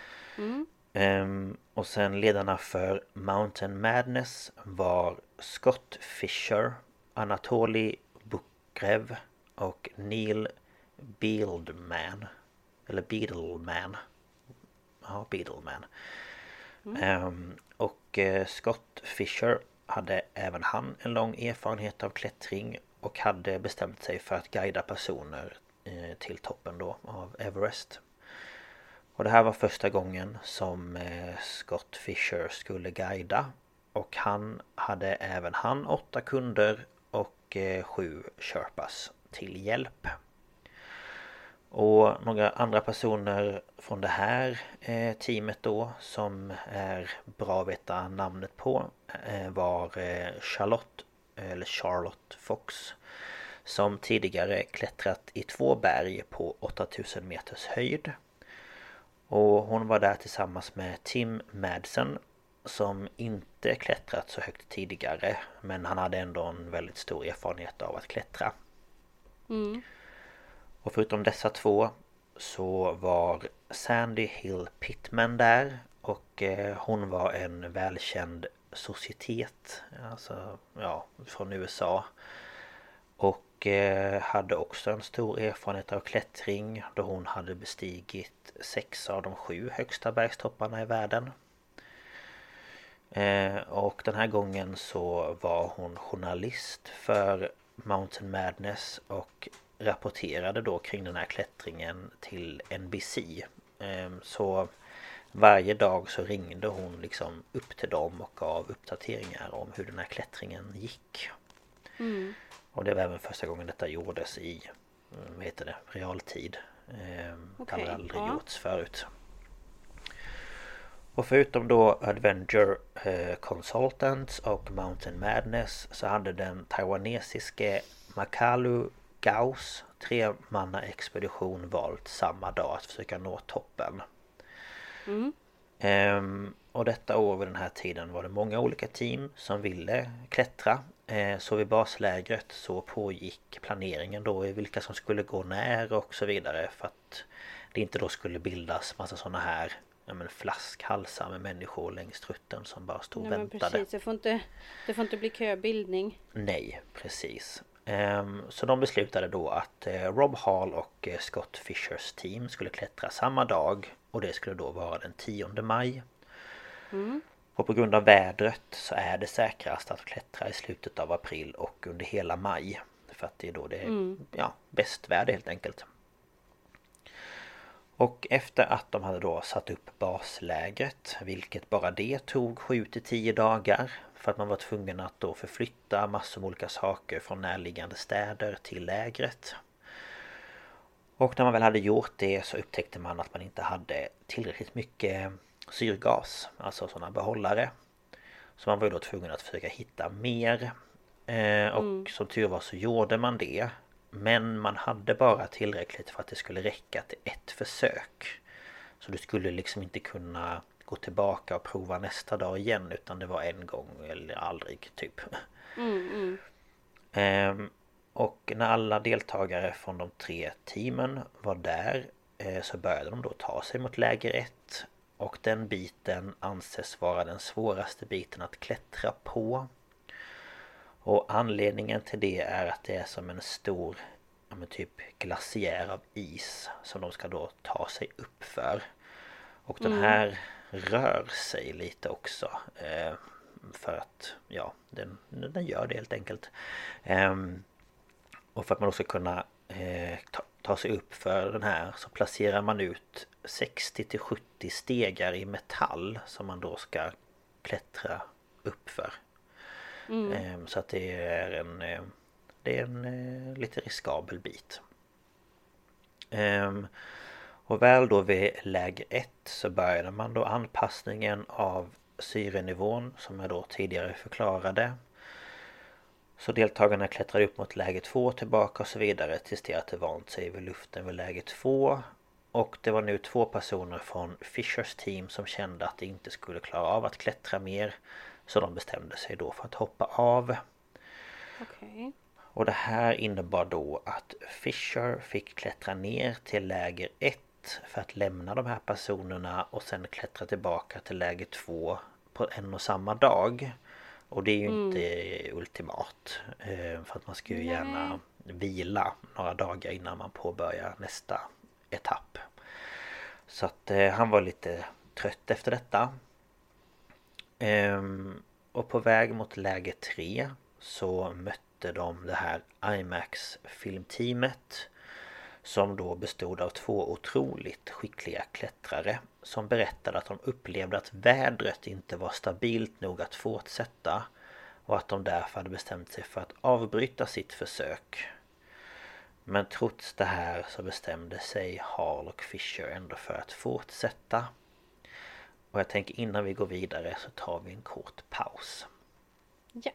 Och sen ledarna för Mountain Madness var Scott Fisher, Anatoly Bukrev och Neil Beadleman. Eller Beadleman. Ja, Beadleman. Och Scott Fisher hade även han en lång erfarenhet av klättring och hade bestämt sig för att guida personer till toppen då av Everest. Och det här var första gången som Scott Fisher skulle guida, och han hade även 8 kunder och 7 Sherpas till hjälp. Och några andra personer från det här teamet då som är bra att veta namnet på var Charlotte Fox, som tidigare klättrat i 2 berg på 8000 meters höjd. Och hon var där tillsammans med Tim Madsen, som inte klättrat så högt tidigare, men han hade ändå en väldigt stor erfarenhet av att klättra. Och förutom dessa 2 så var Sandy Hill Pittman där, och hon var en välkänd societet, alltså ja, från USA, och hade också en stor erfarenhet av klättring då hon hade bestigit 6 av de 7 högsta bergstopparna i världen. Och den här gången så var hon journalist för Mountain Madness och rapporterade då kring den här klättringen till NBC. Så varje dag så ringde hon liksom upp till dem och gav uppdateringar om hur den här klättringen gick. Och det var även första gången detta gjordes i realtid. Det hade aldrig gjorts förut. Och förutom då Adventure Consultants och Mountain Madness så hade den taiwanesiske Makalu Gauss 3-manna-expedition valt samma dag att försöka nå toppen. Och detta år vid den här tiden var det många olika team som ville klättra. Så vid baslägret så pågick planeringen då i vilka som skulle gå när och så vidare, för att det inte då skulle bildas massa sådana här flaskhalsar med människor längs rutten som bara stod och väntade. Precis, det får inte bli köbildning. Nej, precis. Så de beslutade då att Rob Hall och Scott Fishers team skulle klättra samma dag, och det skulle då vara den 10 maj. Och på grund av vädret så är det säkrast att klättra i slutet av april och under hela maj, för att det är då det är bäst väder helt enkelt. Och efter att de hade då satt upp baslägret, vilket bara det tog 7-10 dagar, för att man var tvungen att då förflytta massor med olika saker från närliggande städer till lägret. Och när man väl hade gjort det så upptäckte man att man inte hade tillräckligt mycket syrgas, alltså sådana behållare. Så man var ju då tvungen att försöka hitta mer. Och som tur var så gjorde man det. Men man hade bara tillräckligt för att det skulle räcka till ett försök. Så du skulle liksom inte kunna gå tillbaka och prova nästa dag igen, utan det var en gång eller aldrig typ. Och när alla deltagare från de 3 teamen var där så började de då ta sig mot läger 1. Och den biten anses vara den svåraste biten att klättra på. Och anledningen till det är att det är som en stor typ glaciär av is som de ska då ta sig upp för. Och den här rör sig lite också. För att, ja, den gör det helt enkelt. Och för att man också ska kunna ta sig upp för den här så placerar man ut 60-70 stegar i metall som man då ska klättra upp för. Så att det är en lite riskabel bit. Och väl då vid läger 1 så började man då anpassningen av syrenivån som jag då tidigare förklarade. Så deltagarna klättrade upp mot läger 2 tillbaka och så vidare tills det hade vant sig vid luften vid läger 2. Och det var nu 2 personer från Fishers team som kände att de inte skulle klara av att klättra mer. Så de bestämde sig då för att hoppa av. Okej. Och det här innebar då att Fisher fick klättra ner till läger 1 för att lämna de här personerna och sen klättra tillbaka till läger 2 på en och samma dag. Och det är ju inte ultimat. För att man ska ju gärna vila några dagar innan man påbörjar nästa etapp. Så att han var lite trött efter detta. Och på väg mot läger 3 så mötte de det här IMAX filmteamet som då bestod av 2 otroligt skickliga klättrare som berättade att de upplevde att vädret inte var stabilt nog att fortsätta och att de därför hade bestämt sig för att avbryta sitt försök. Men trots det här så bestämde sig Hall och Fisher ändå för att fortsätta. Och jag tänker innan vi går vidare så tar vi en kort paus. Ja.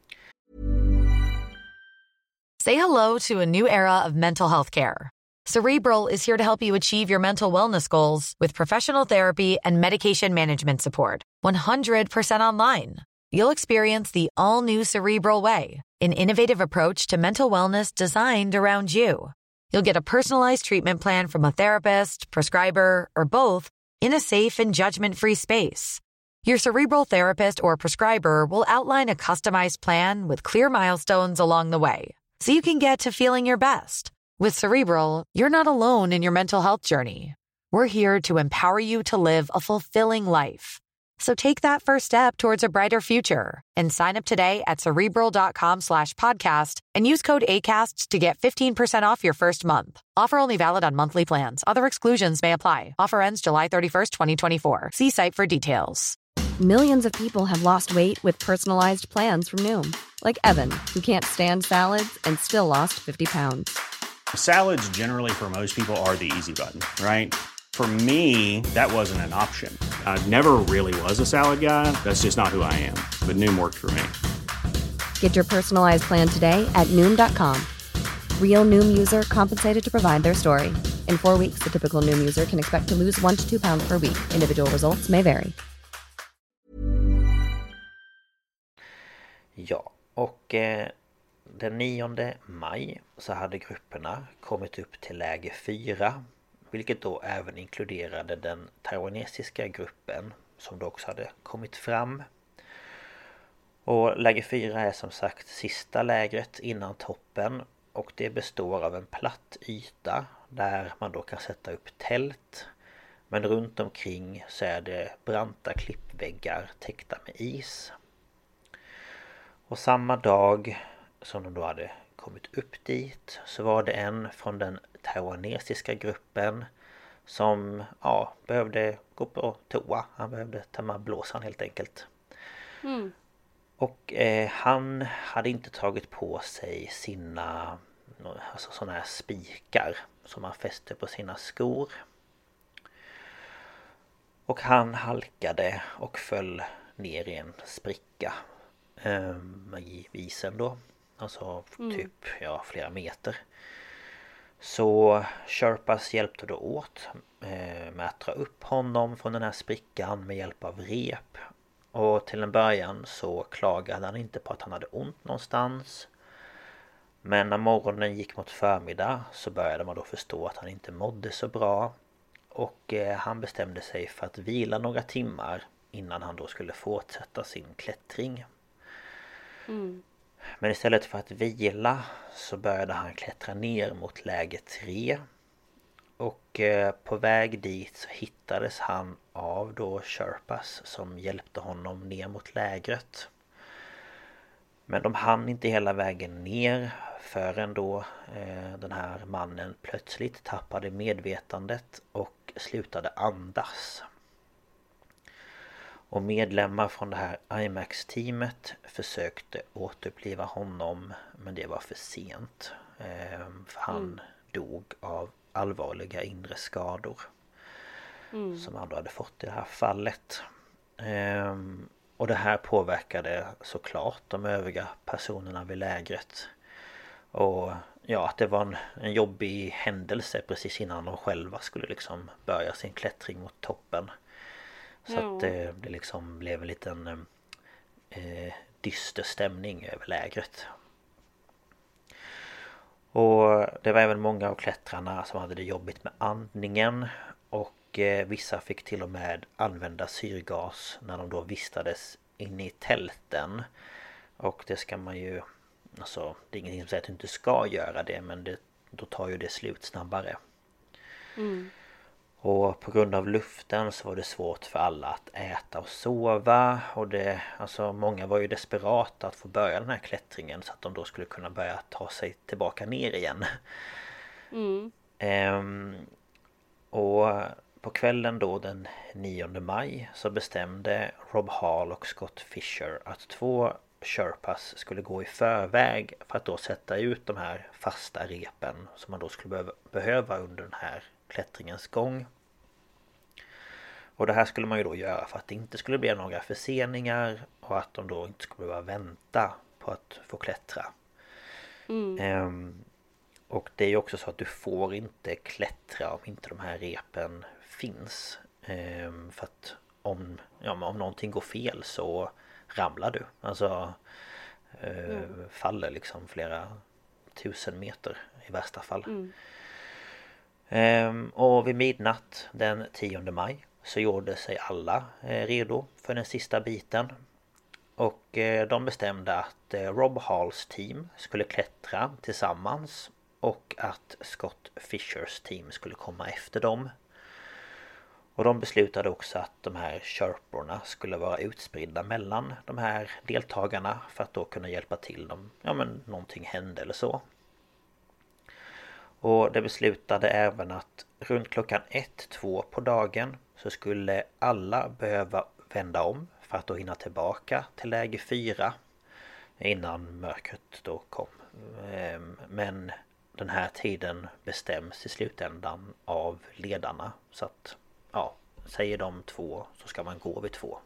Say hello to a new era of mental health care. Cerebral is here to help you achieve your mental wellness goals with professional therapy and medication management support. 100% online. You'll experience the all-new Cerebral Way, an innovative approach to mental wellness designed around you. You'll get a personalized treatment plan from a therapist, prescriber, or both in a safe and judgment-free space. Your Cerebral therapist or prescriber will outline a customized plan with clear milestones along the way, so you can get to feeling your best. With Cerebral, you're not alone in your mental health journey. We're here to empower you to live a fulfilling life. So take that first step towards a brighter future and sign up today at Cerebral.com/podcast and use code ACAST to get 15% off your first month. Offer only valid on monthly plans. Other exclusions may apply. Offer ends July 31st, 2024. See site for details. Millions of people have lost weight with personalized plans from Noom. Like Evan, who can't stand salads and still lost 50 pounds. Salads generally for most people are the easy button, right? For me, that wasn't an option. I never really was a salad guy. That's just not who I am. But Noom worked for me. Get your personalized plan today at Noom.com. Real Noom user compensated to provide their story. In 4 weeks, the typical Noom user can expect to lose 1 to 2 pounds per week. Individual results may vary. Ja, och den 9 maj så hade grupperna kommit upp till läger 4, vilket då även inkluderade den taiwanesiska gruppen som då också hade kommit fram. Och läger 4 är som sagt sista lägret innan toppen och det består av en platt yta där man då kan sätta upp tält. Men runt omkring så är det branta klippväggar täckta med is. Och samma dag som de då hade kommit upp dit så var det en från den taiwanesiska gruppen som behövde gå på toa. Han behövde tömma blåsan helt enkelt. Och han hade inte tagit på sig sina sådana här spikar som han fäste på sina skor. Och han halkade och föll ner i en spricka i isen då. Alltså typ flera meter. Så Sherpas hjälpte då åt med att dra upp honom från den här sprickan med hjälp av rep. Och till en början så klagade han inte på att han hade ont någonstans. Men när morgonen gick mot förmiddag så började man då förstå att han inte mådde så bra. Och han bestämde sig för att vila några timmar innan han då skulle fortsätta sin klättring. Men istället för att vila så började han klättra ner mot läge 3. Och på väg dit så hittades han av då Sherpas som hjälpte honom ner mot lägret. Men de hann inte hela vägen ner förrän då den här mannen plötsligt tappade medvetandet och slutade andas. Och medlemmar från det här IMAX-teamet försökte återuppliva honom, men det var för sent. För han dog av allvarliga inre skador som han då hade fått i det här fallet. Och det här påverkade såklart de övriga personerna vid lägret. Och ja, att det var en jobbig händelse precis innan de själva skulle liksom börja sin klättring mot toppen. Så att det liksom blev en liten dyster stämning över lägret. Och det var även många av klättrarna som hade det jobbigt med andningen. Och vissa fick till och med använda syrgas när de då vistades inne i tälten. Och det ska man ju... Alltså, det är ingenting som säger att du inte ska göra det, men då tar ju det slut snabbare. Och på grund av luften så var det svårt för alla att äta och sova. Och alltså många var ju desperata att få börja den här klättringen så att de då skulle kunna börja ta sig tillbaka ner igen. Och på kvällen då den 9 maj så bestämde Rob Hall och Scott Fisher att 2 Sherpas skulle gå i förväg för att då sätta ut de här fasta repen som man då skulle behöva under den här klättringens gång. Och det här skulle man ju då göra för att det inte skulle bli några förseningar och att de då inte skulle behöva vänta på att få klättra. Och det är ju också så att du får inte klättra om inte de här repen finns. För att om någonting går fel så ramlar du. Alltså faller liksom flera 1000 meter i värsta fall. Och vid midnatt den 10 maj så gjorde sig alla redo för den sista biten. Och de bestämde att Rob Halls team skulle klättra tillsammans och att Scott Fishers team skulle komma efter dem. Och de beslutade också att de här sherporna skulle vara utspridda mellan de här deltagarna för att då kunna hjälpa till dem. Ja, men någonting hände eller så. Och det beslutade även att runt klockan 1-2 på dagen så skulle alla behöva vända om för att då hinna tillbaka till läge 4 innan mörkret då kom. Men den här tiden bestäms i slutändan av ledarna. Så att, ja, säger de 2 så ska man gå vid 2.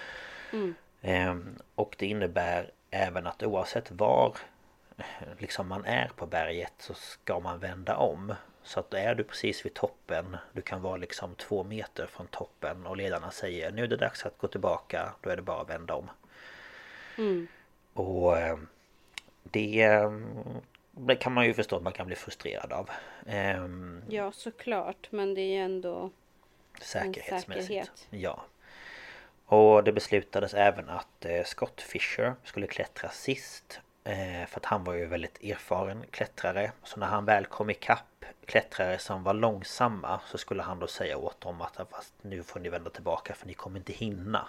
Och det innebär även att oavsett var liksom man är på berget så ska man vända om. Så att är du precis vid toppen, du kan vara liksom 2 meter från toppen och ledarna säger nu är det dags att gå tillbaka, då är det bara att vända om. Och det kan man ju förstå att man kan bli frustrerad av. Ja, såklart, men det är ju ändå säkerhetsmässigt. säkerhet. Ja. Och det beslutades även att Scott Fisher skulle klättra sist. För att han var ju väldigt erfaren klättrare. Så när han väl kom ikapp klättrare som var långsamma så skulle han då säga åt dem att fast nu får ni vända tillbaka för ni kommer inte hinna.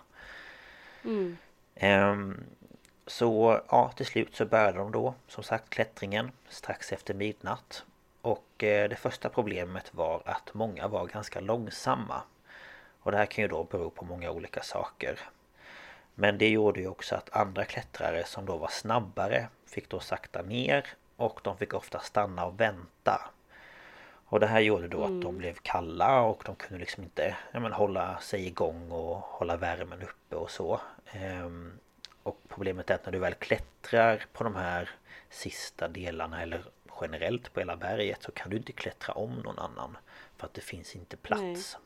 Så ja, till slut så började de då som sagt klättringen strax efter midnatt. Och det första problemet var att många var ganska långsamma. Och det här kan ju då bero på många olika saker. Men det gjorde ju också att andra klättrare som då var snabbare fick då sakta ner och de fick ofta stanna och vänta. Och det här gjorde då att de blev kalla och de kunde liksom inte hålla sig igång och hålla värmen uppe och så. Och problemet är att när du väl klättrar på de här sista delarna eller generellt på hela berget så kan du inte klättra om någon annan för att det finns inte plats.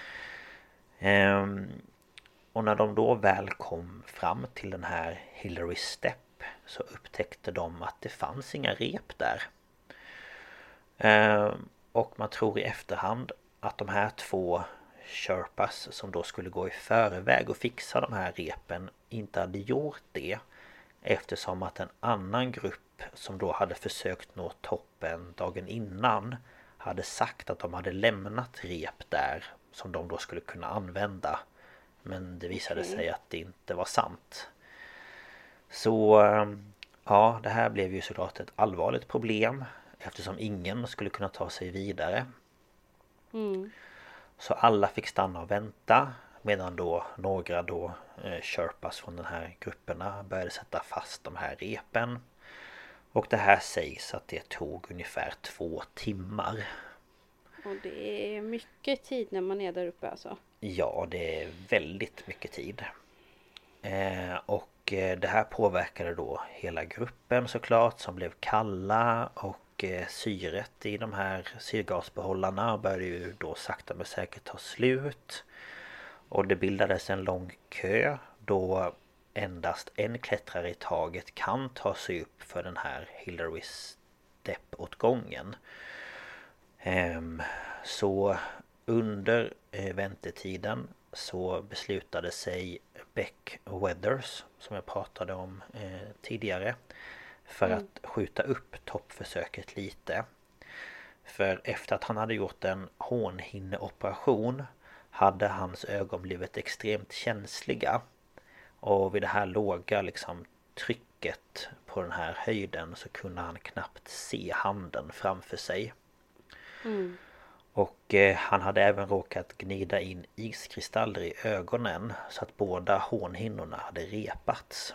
Och när de då väl kom fram till den här Hillary Step så upptäckte de att det fanns inga rep där. Och man tror i efterhand att de här två Sherpas som då skulle gå i förväg och fixa de här repen inte hade gjort det, eftersom att en annan grupp som då hade försökt nå toppen dagen innan hade sagt att de hade lämnat rep där som de då skulle kunna använda. Men det visade sig att det inte var sant. Så ja, det här blev ju såklart ett allvarligt problem eftersom ingen skulle kunna ta sig vidare. Så alla fick stanna och vänta medan då några då Sherpas från den här grupperna började sätta fast de här repen. Och det här sägs att det tog ungefär 2 timmar. Och det är mycket tid när man är där uppe alltså. Ja, det är väldigt mycket tid. Och det här påverkade då hela gruppen såklart, som blev kalla, och syret i de här syrgasbehållarna började ju då sakta men säkert ta slut. Och det bildades en lång kö då endast en klättrare i taget kan ta sig upp för den här Hillary Step-åtgången. Så under väntetiden så beslutade sig Beck Weathers, som jag pratade om tidigare, för att skjuta upp toppförsöket lite. För efter att han hade gjort en hårhinneoperation hade hans ögon blivit extremt känsliga. Och vid det här låga trycket på den här höjden så kunde han knappt se handen framför sig. Och han hade även råkat gnida in iskristaller i ögonen så att båda hårhinnorna hade repats.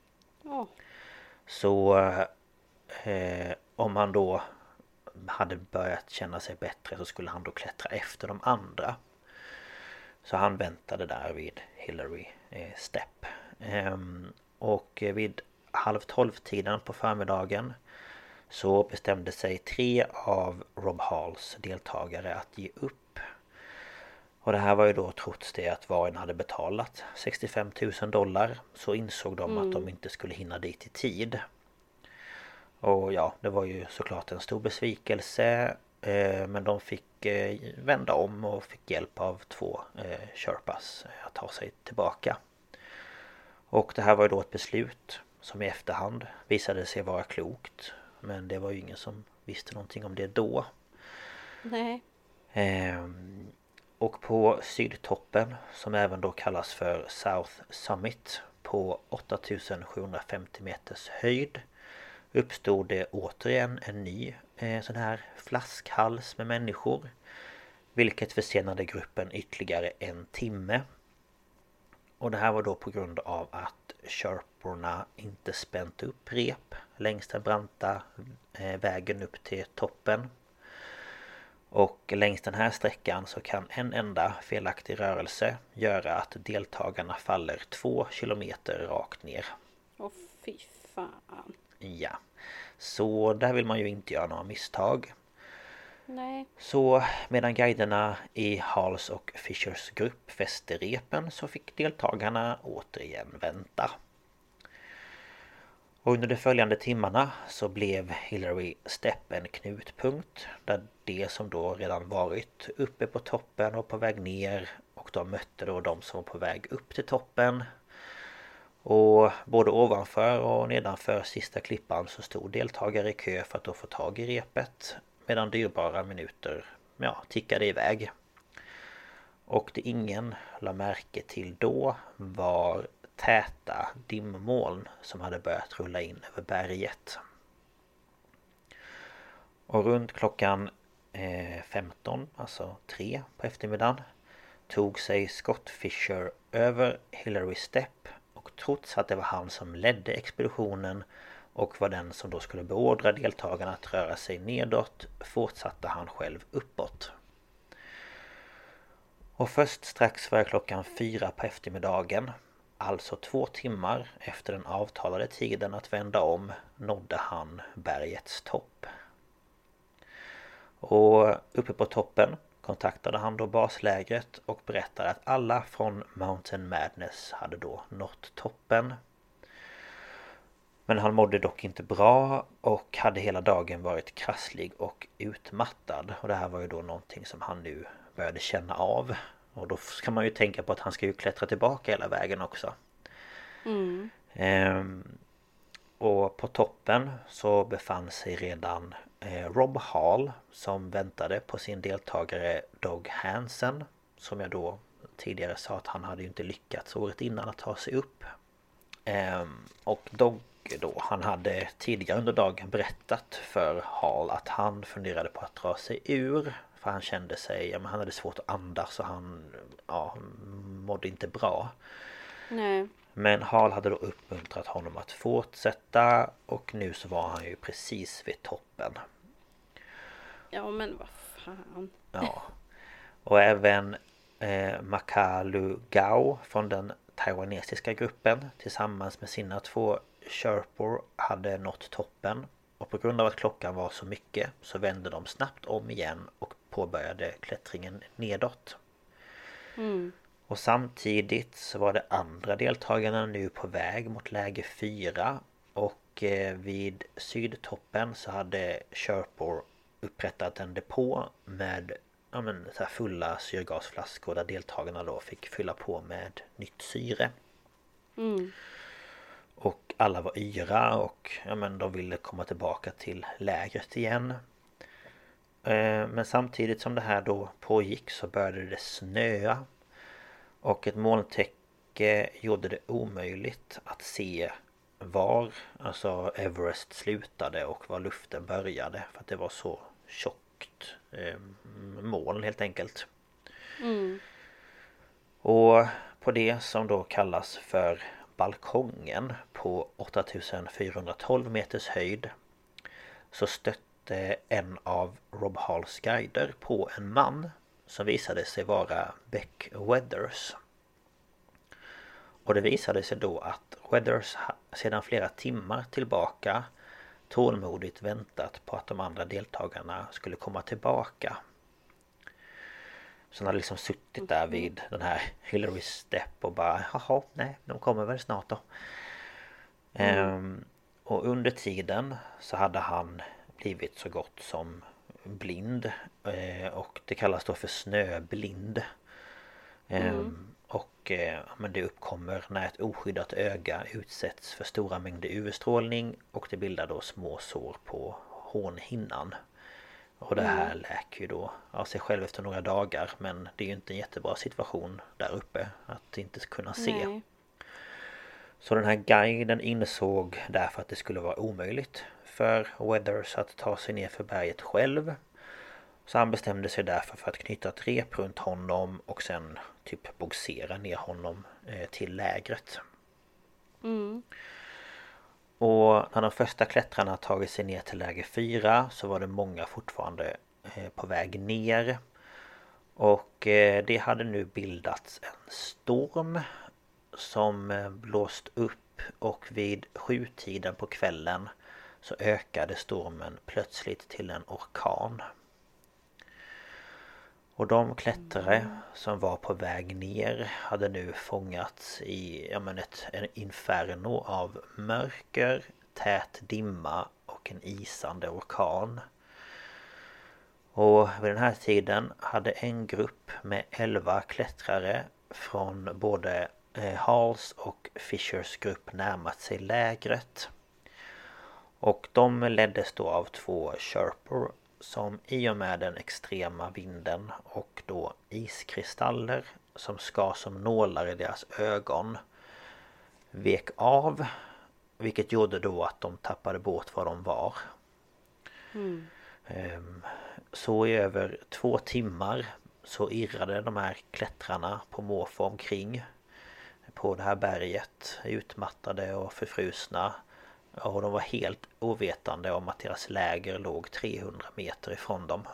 Så om han då hade börjat känna sig bättre så skulle han då klättra efter de andra. Så han väntade där vid Hillary Step. Och vid 11:30 på förmiddagen så bestämde sig 3 av Rob Halls deltagare att ge upp. Och det här var ju då trots det att var och en hade betalat $65,000, så insåg de att de inte skulle hinna dit i tid. Och ja, det var ju såklart en stor besvikelse, men de fick vända om och fick hjälp av 2 Sherpas att ta sig tillbaka. Och det här var ju då ett beslut som i efterhand visade sig vara klokt. Men det var ju ingen som visste någonting om det då. Nej. Och på sydtoppen, som även då kallas för South Summit, på 8750 meters höjd, uppstod det återigen en ny sån här flaskhals med människor. Vilket försenade gruppen ytterligare 1 timme. Och det här var då på grund av att Sherporna inte spänt upp rep längs den branta vägen upp till toppen. Och längs den här sträckan så kan en enda felaktig rörelse göra att deltagarna faller 2 kilometer rakt ner. Åh fy fan. Ja, så där vill man ju inte göra några misstag. Nej. Så medan guiderna i Halls och Fishers grupp fäste repen så fick deltagarna återigen vänta. Och under de följande timmarna så blev Hillary Step en knutpunkt där de som då redan varit uppe på toppen och på väg ner, och de mötte då de som var på väg upp till toppen. Och både ovanför och nedanför sista klippan så stod deltagare i kö för att då få tag i repet, medan dyrbara minuter tickade iväg. Och det ingen la märke till då var täta dimmoln som hade börjat rulla in över berget. Och runt klockan 15, alltså 3 på eftermiddagen, tog sig Scott Fisher över Hillary Step, och trots att det var han som ledde expeditionen och var den som då skulle beordra deltagarna att röra sig nedåt, fortsatte han själv uppåt. Och först strax före klockan 4 på eftermiddagen, alltså 2 timmar efter den avtalade tiden att vända om, nådde han bergets topp. Och uppe på toppen kontaktade han då baslägret och berättade att alla från Mountain Madness hade då nått toppen. Men han mådde dock inte bra och hade hela dagen varit krasslig och utmattad. Och det här var ju då någonting som han nu började känna av. Och då kan man ju tänka på att han ska ju klättra tillbaka hela vägen också. Och på toppen så befann sig redan Rob Hall som väntade på sin deltagare Doug Hansen. Som jag då tidigare sa att han hade ju inte lyckats året innan att ta sig upp. Och Doug då, han hade tidigare under dagen berättat för Hall att han funderade på att dra sig ur. För han kände sig, han hade svårt att andas och han mådde inte bra. Nej. Men Hall hade då uppmuntrat honom att fortsätta och nu så var han ju precis vid toppen. Ja men vad fan. Ja. Och även Makalu Gao från den taiwanesiska gruppen tillsammans med sina 2 Sherpor hade nått toppen. Och på grund av att klockan var så mycket så vände de snabbt om igen och påbörjade klättringen nedåt. Och samtidigt så var det andra deltagarna nu på väg mot läge 4 och vid sydtoppen så hade Sherpor upprättat en depå med så här fulla syrgasflaskor där deltagarna då fick fylla på med nytt syre. Och alla var yra och de ville komma tillbaka till lägret igen. Men samtidigt som det här då pågick så började det snöa. Och ett molntäcke gjorde det omöjligt att se var alltså Everest slutade och var luften började. För att det var så tjockt moln helt enkelt. Och på det som då kallas för balkongen på 8412 meters höjd så stötte en av Rob Halls guider på en man som visade sig vara Beck Weathers. Och det visade sig då att Weathers sedan flera timmar tillbaka tålmodigt väntat på att de andra deltagarna skulle komma tillbaka. Så han hade liksom suttit där vid den här Hillary Step och bara jaha, nej, de kommer väl snart då. Och under tiden så hade han blivit så gott som blind. Och det kallas då för snöblind. Men det uppkommer när ett oskyddat öga utsätts för stora mängder UV-strålning och det bildar då små sår på hornhinnan. Och det här läker ju då av sig själv efter några dagar, men det är ju inte en jättebra situation där uppe att inte kunna se. Nej. Så den här guiden insåg därför att det skulle vara omöjligt för Weathers att ta sig ner för berget själv. Så han bestämde sig därför för att knyta ett rep runt honom och sen typ bogsera ner honom till lägret. Och när de första klättrarna tagit sig ner till läge 4 så var det många fortfarande på väg ner. Och det hade nu bildats en storm som blåst upp och vid 7-tiden på kvällen så ökade stormen plötsligt till en orkan. Och de klättrare som var på väg ner hade nu fångats i en inferno av mörker, tät dimma och en isande orkan. Och vid den här tiden hade en grupp med 11 klättrare från både Halls och Fishers grupp närmat sig lägret. Och de leddes då av 2 Sherpor som i och med den extrema vinden och då iskristaller som ska som nålar i deras ögon vek av, vilket gjorde då att de tappade bort var de var. Så i över 2 timmar så irrade de här klättrarna på måfå omkring på det här berget, utmattade och förfrusna, Och de var helt ovetande om att deras läger låg 300 meter ifrån dem.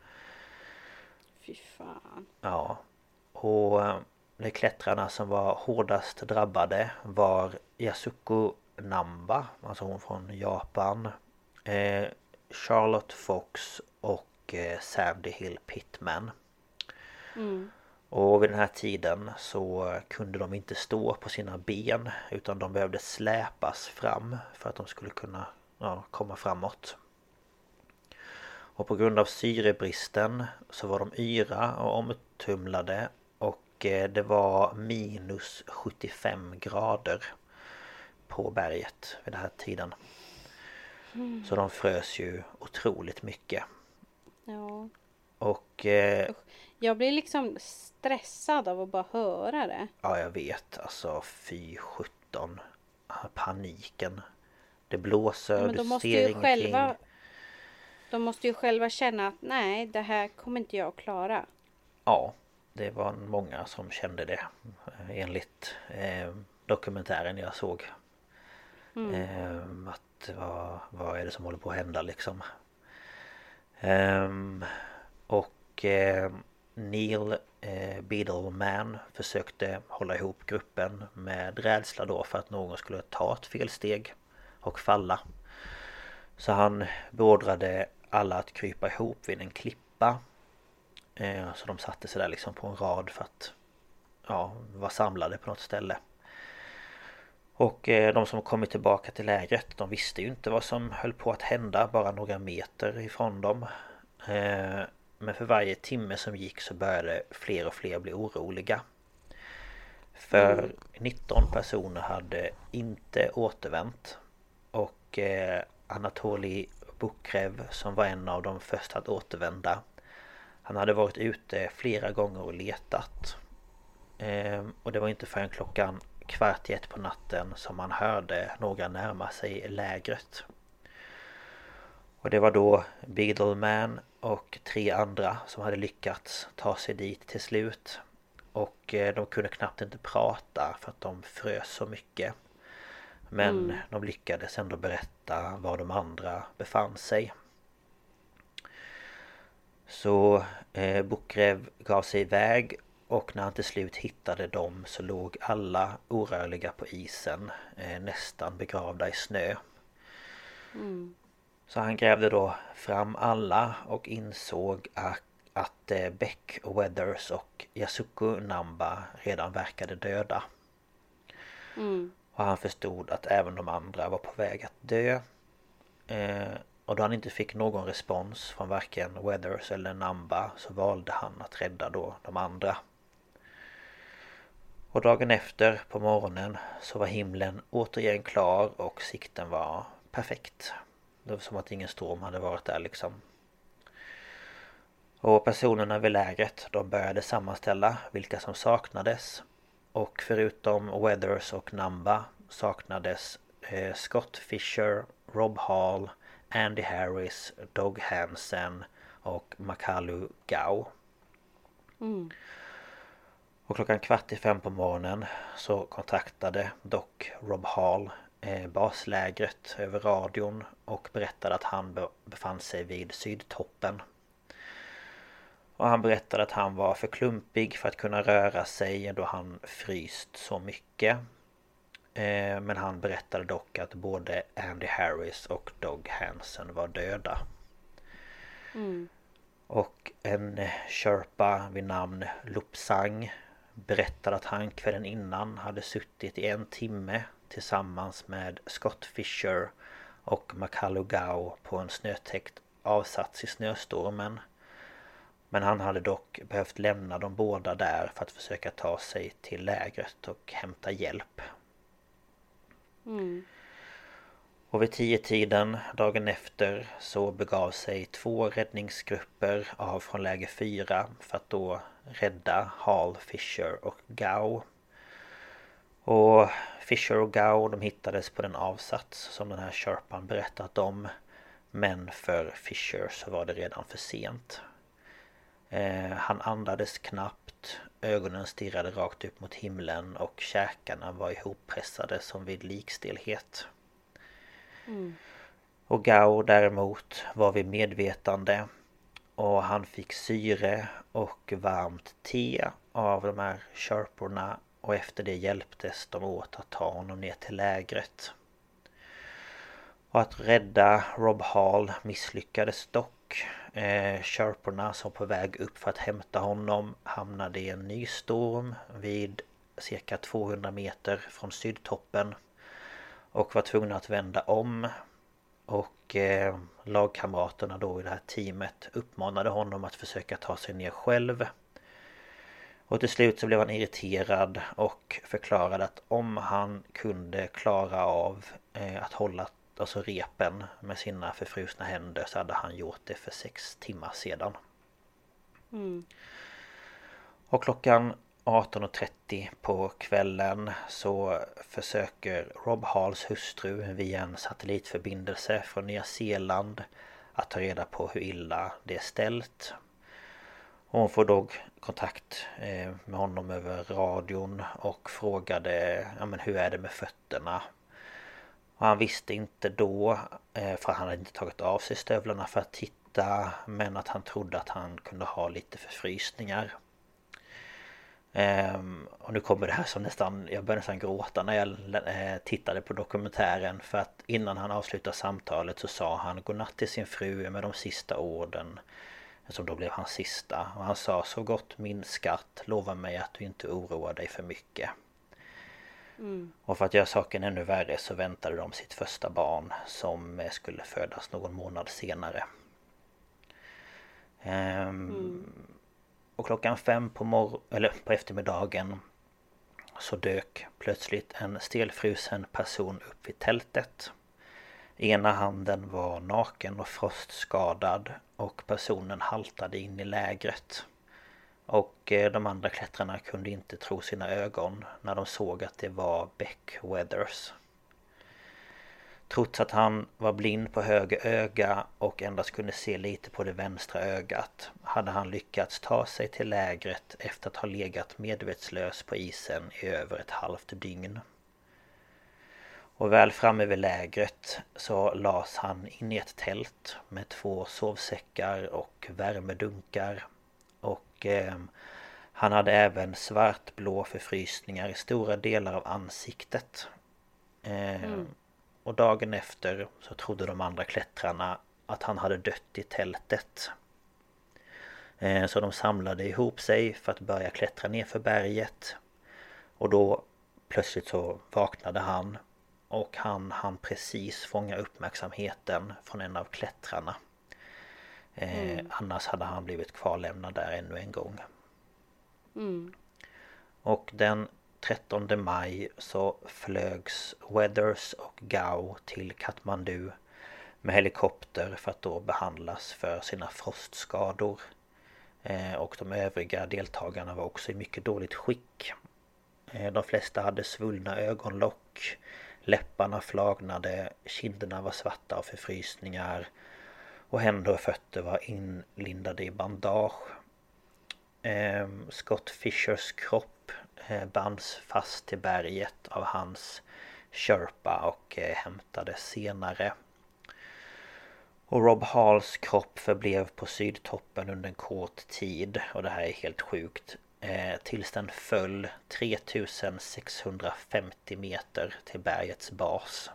Fy fan. Ja. Och de klättrarna som var hårdast drabbade var Yasuko Namba, alltså hon från Japan, Charlotte Fox och Sandy Hill Pittman. Och vid den här tiden så kunde de inte stå på sina ben, utan de behövde släpas fram för att de skulle kunna komma framåt. Och på grund av syrebristen så var de yra och omtumlade, och det var minus 75 grader på berget vid den här tiden. Så de frös ju otroligt mycket. Ja. Och jag blir liksom stressad av att bara höra det. ja, jag vet. Alltså fy 17. Paniken. Det blåser, men du ser ingenting. De måste ju själva känna att nej, det här kommer inte jag att klara. Ja, det var många som kände det. Enligt dokumentären jag såg. Att vad är det som håller på att hända liksom. Och Neil Biederman försökte hålla ihop gruppen med rädsla då för att någon skulle ta ett felsteg och falla. Så han beordrade alla att krypa ihop vid en klippa. Så de satte sig där liksom på en rad för att vara samlade på något ställe. Och de som kommit tillbaka till lägret, de visste ju inte vad som höll på att hända bara några meter ifrån dem. Men för varje timme som gick så började fler och fler bli oroliga. För 19 personer hade inte återvänt. Och Anatolij Bukrev, som var en av de första att återvända, han hade varit ute flera gånger och letat. Och det var inte förrän klockan 1:15 på natten som man hörde några närma sig lägret. Och det var då Biederman och 3 andra som hade lyckats ta sig dit till slut. Och de kunde knappt inte prata för att de frös så mycket. Men de lyckades ändå berätta var de andra befann sig. Så Bukrev gav sig iväg, och när han till slut hittade dem så låg alla orörliga på isen, nästan begravda i snö. Så han grävde då fram alla och insåg att Beck, Weathers och Yasuko Namba redan verkade döda. Och han förstod att även de andra var på väg att dö. Och då han inte fick någon respons från varken Weathers eller Namba så valde han att rädda då de andra. Och dagen efter på morgonen så var himlen återigen klar och sikten var perfekt. Det var som att ingen storm hade varit där liksom. Och personerna vid lägret, de började sammanställa vilka som saknades. Och förutom Weathers och Namba saknades Scott Fisher, Rob Hall, Andy Harris, Doug Hansen och Makalu Gao. Och klockan 4:15 på morgonen så kontaktade dock Rob Hall baslägret över radion och berättade att han befann sig vid sydtoppen. Och han berättade att han var för klumpig för att kunna röra sig då han fryst så mycket. Men han berättade dock att både Andy Harris och Doug Hansen var döda. Och en Sherpa vid namn Lupsang berättade att han kvällen innan hade suttit i 1 timme tillsammans med Scott Fisher och Makalu Gao på en snötäckt avsats i snöstormen. Men han hade dock behövt lämna de båda där för att försöka ta sig till lägret och hämta hjälp. Och vid 10-tiden dagen efter så begav sig 2 räddningsgrupper av från läger 4 för att då rädda Hall, Fisher och Gao. Och Fisher och Gao, de hittades på den avsats som den här Sherpan berättat om. Men för Fisher så var det redan för sent. Han andades knappt, ögonen stirrade rakt upp mot himlen och käkarna var ihoppressade som vid likstelhet. Och Gao däremot var vid medvetande och han fick syre och varmt te av de här sherporna och efter det hjälptes de åt att ta honom ner till lägret. Och att rädda Rob Hall misslyckades dock. Sherporna som på väg upp för att hämta honom hamnade i en ny storm vid cirka 200 meter från sydtoppen och var tvungna att vända om. Och lagkamraterna då i det här teamet uppmanade honom att försöka ta sig ner själv. Och till slut så blev han irriterad och förklarade att om han kunde klara av att hålla alltså repen med sina förfrusna händer så hade han gjort det för 6 timmar sedan. Och klockan 18.30 på kvällen så försöker Rob Halls hustru via en satellitförbindelse från Nya Zeeland att ta reda på hur illa det är ställt. Och hon får då kontakt med honom över radion och frågade hur är det med fötterna. Och han visste inte då, för han hade inte tagit av sig stövlarna för att titta, men att han trodde att han kunde ha lite förfrysningar. Och nu kommer det här som jag började nästan gråta när jag tittade på dokumentären, för att innan han avslutade samtalet så sa han godnatt till sin fru med de sista orden, som då blev hans sista. Och han sa: så gott min skatt, lova mig att du inte oroar dig för mycket. Och för att göra saken ännu värre så väntade de sitt första barn som skulle födas någon månad senare. Och klockan 5 på eftermiddagen så dök plötsligt en stelfrusen person upp vid tältet. Ena handen var naken och frostskadad och personen haltade in i lägret. Och de andra klättrarna kunde inte tro sina ögon när de såg att det var Beck Weathers. Trots att han var blind på höger öga och endast kunde se lite på det vänstra ögat hade han lyckats ta sig till lägret efter att ha legat medvetslös på isen i över ett halvt dygn. Och väl framme vid lägret så lades han in i ett tält med 2 sovsäckar och värmedunkar. Och han hade även svartblå förfrysningar i stora delar av ansiktet. Och dagen efter så trodde de andra klättrarna att han hade dött i tältet. Så de samlade ihop sig för att börja klättra ner för berget. Och då plötsligt så vaknade han. Och han precis fånga uppmärksamheten från en av klättrarna. Annars hade han blivit kvarlämnad där ännu en gång. Och den 13 maj så flögs Weathers och Gao till Kathmandu med helikopter för att då behandlas för sina frostskador. Och de övriga deltagarna var också i mycket dåligt skick. De flesta hade svullna ögonlock, läpparna flagnade, kinderna var svarta av förfrysningar och händer och fötter var inlindade i bandage. Scott Fishers kropp bands fast till berget av hans Sherpa och hämtades senare. Och Rob Halls kropp förblev på sydtoppen under en kort tid, och det här är helt sjukt, tills den föll 3650 meter till bergets bas.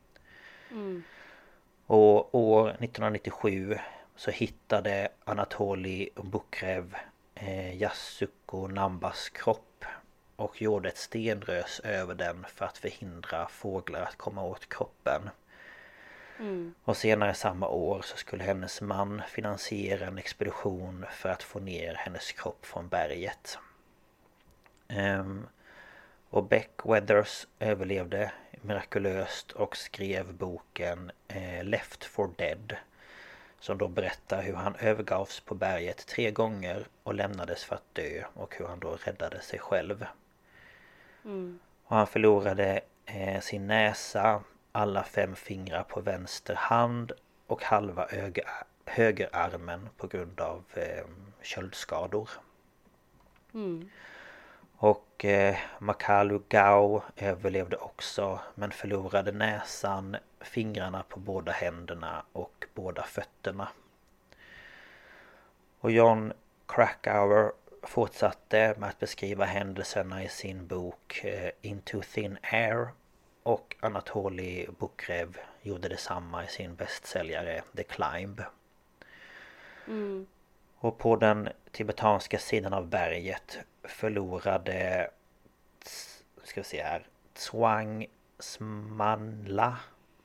Och år 1997 så hittade Anatoli Bukrev Yasuko Nambas kropp och gjorde ett stenrös över den för att förhindra fåglar att komma åt kroppen. Och senare samma år så skulle hennes man finansiera en expedition för att få ner hennes kropp från berget. Och Beck Weathers överlevde mirakulöst och skrev boken Left for Dead, som då berättar hur han övergavs på berget 3 gånger och lämnades för att dö, och hur han då räddade sig själv. Och han förlorade sin näsa, alla 5 fingrar på vänster hand och halva högerarmen på grund av köldskador. Och Makalu Gao överlevde också, men förlorade näsan, fingrarna på båda händerna och båda fötterna. Och Jon Krakauer fortsatte med att beskriva händelserna i sin bok Into Thin Air, och Anatolij Bukrev gjorde detsamma i sin bästsäljare The Climb. Och på den tibetanska sidan av berget förlorade Tswang Smanla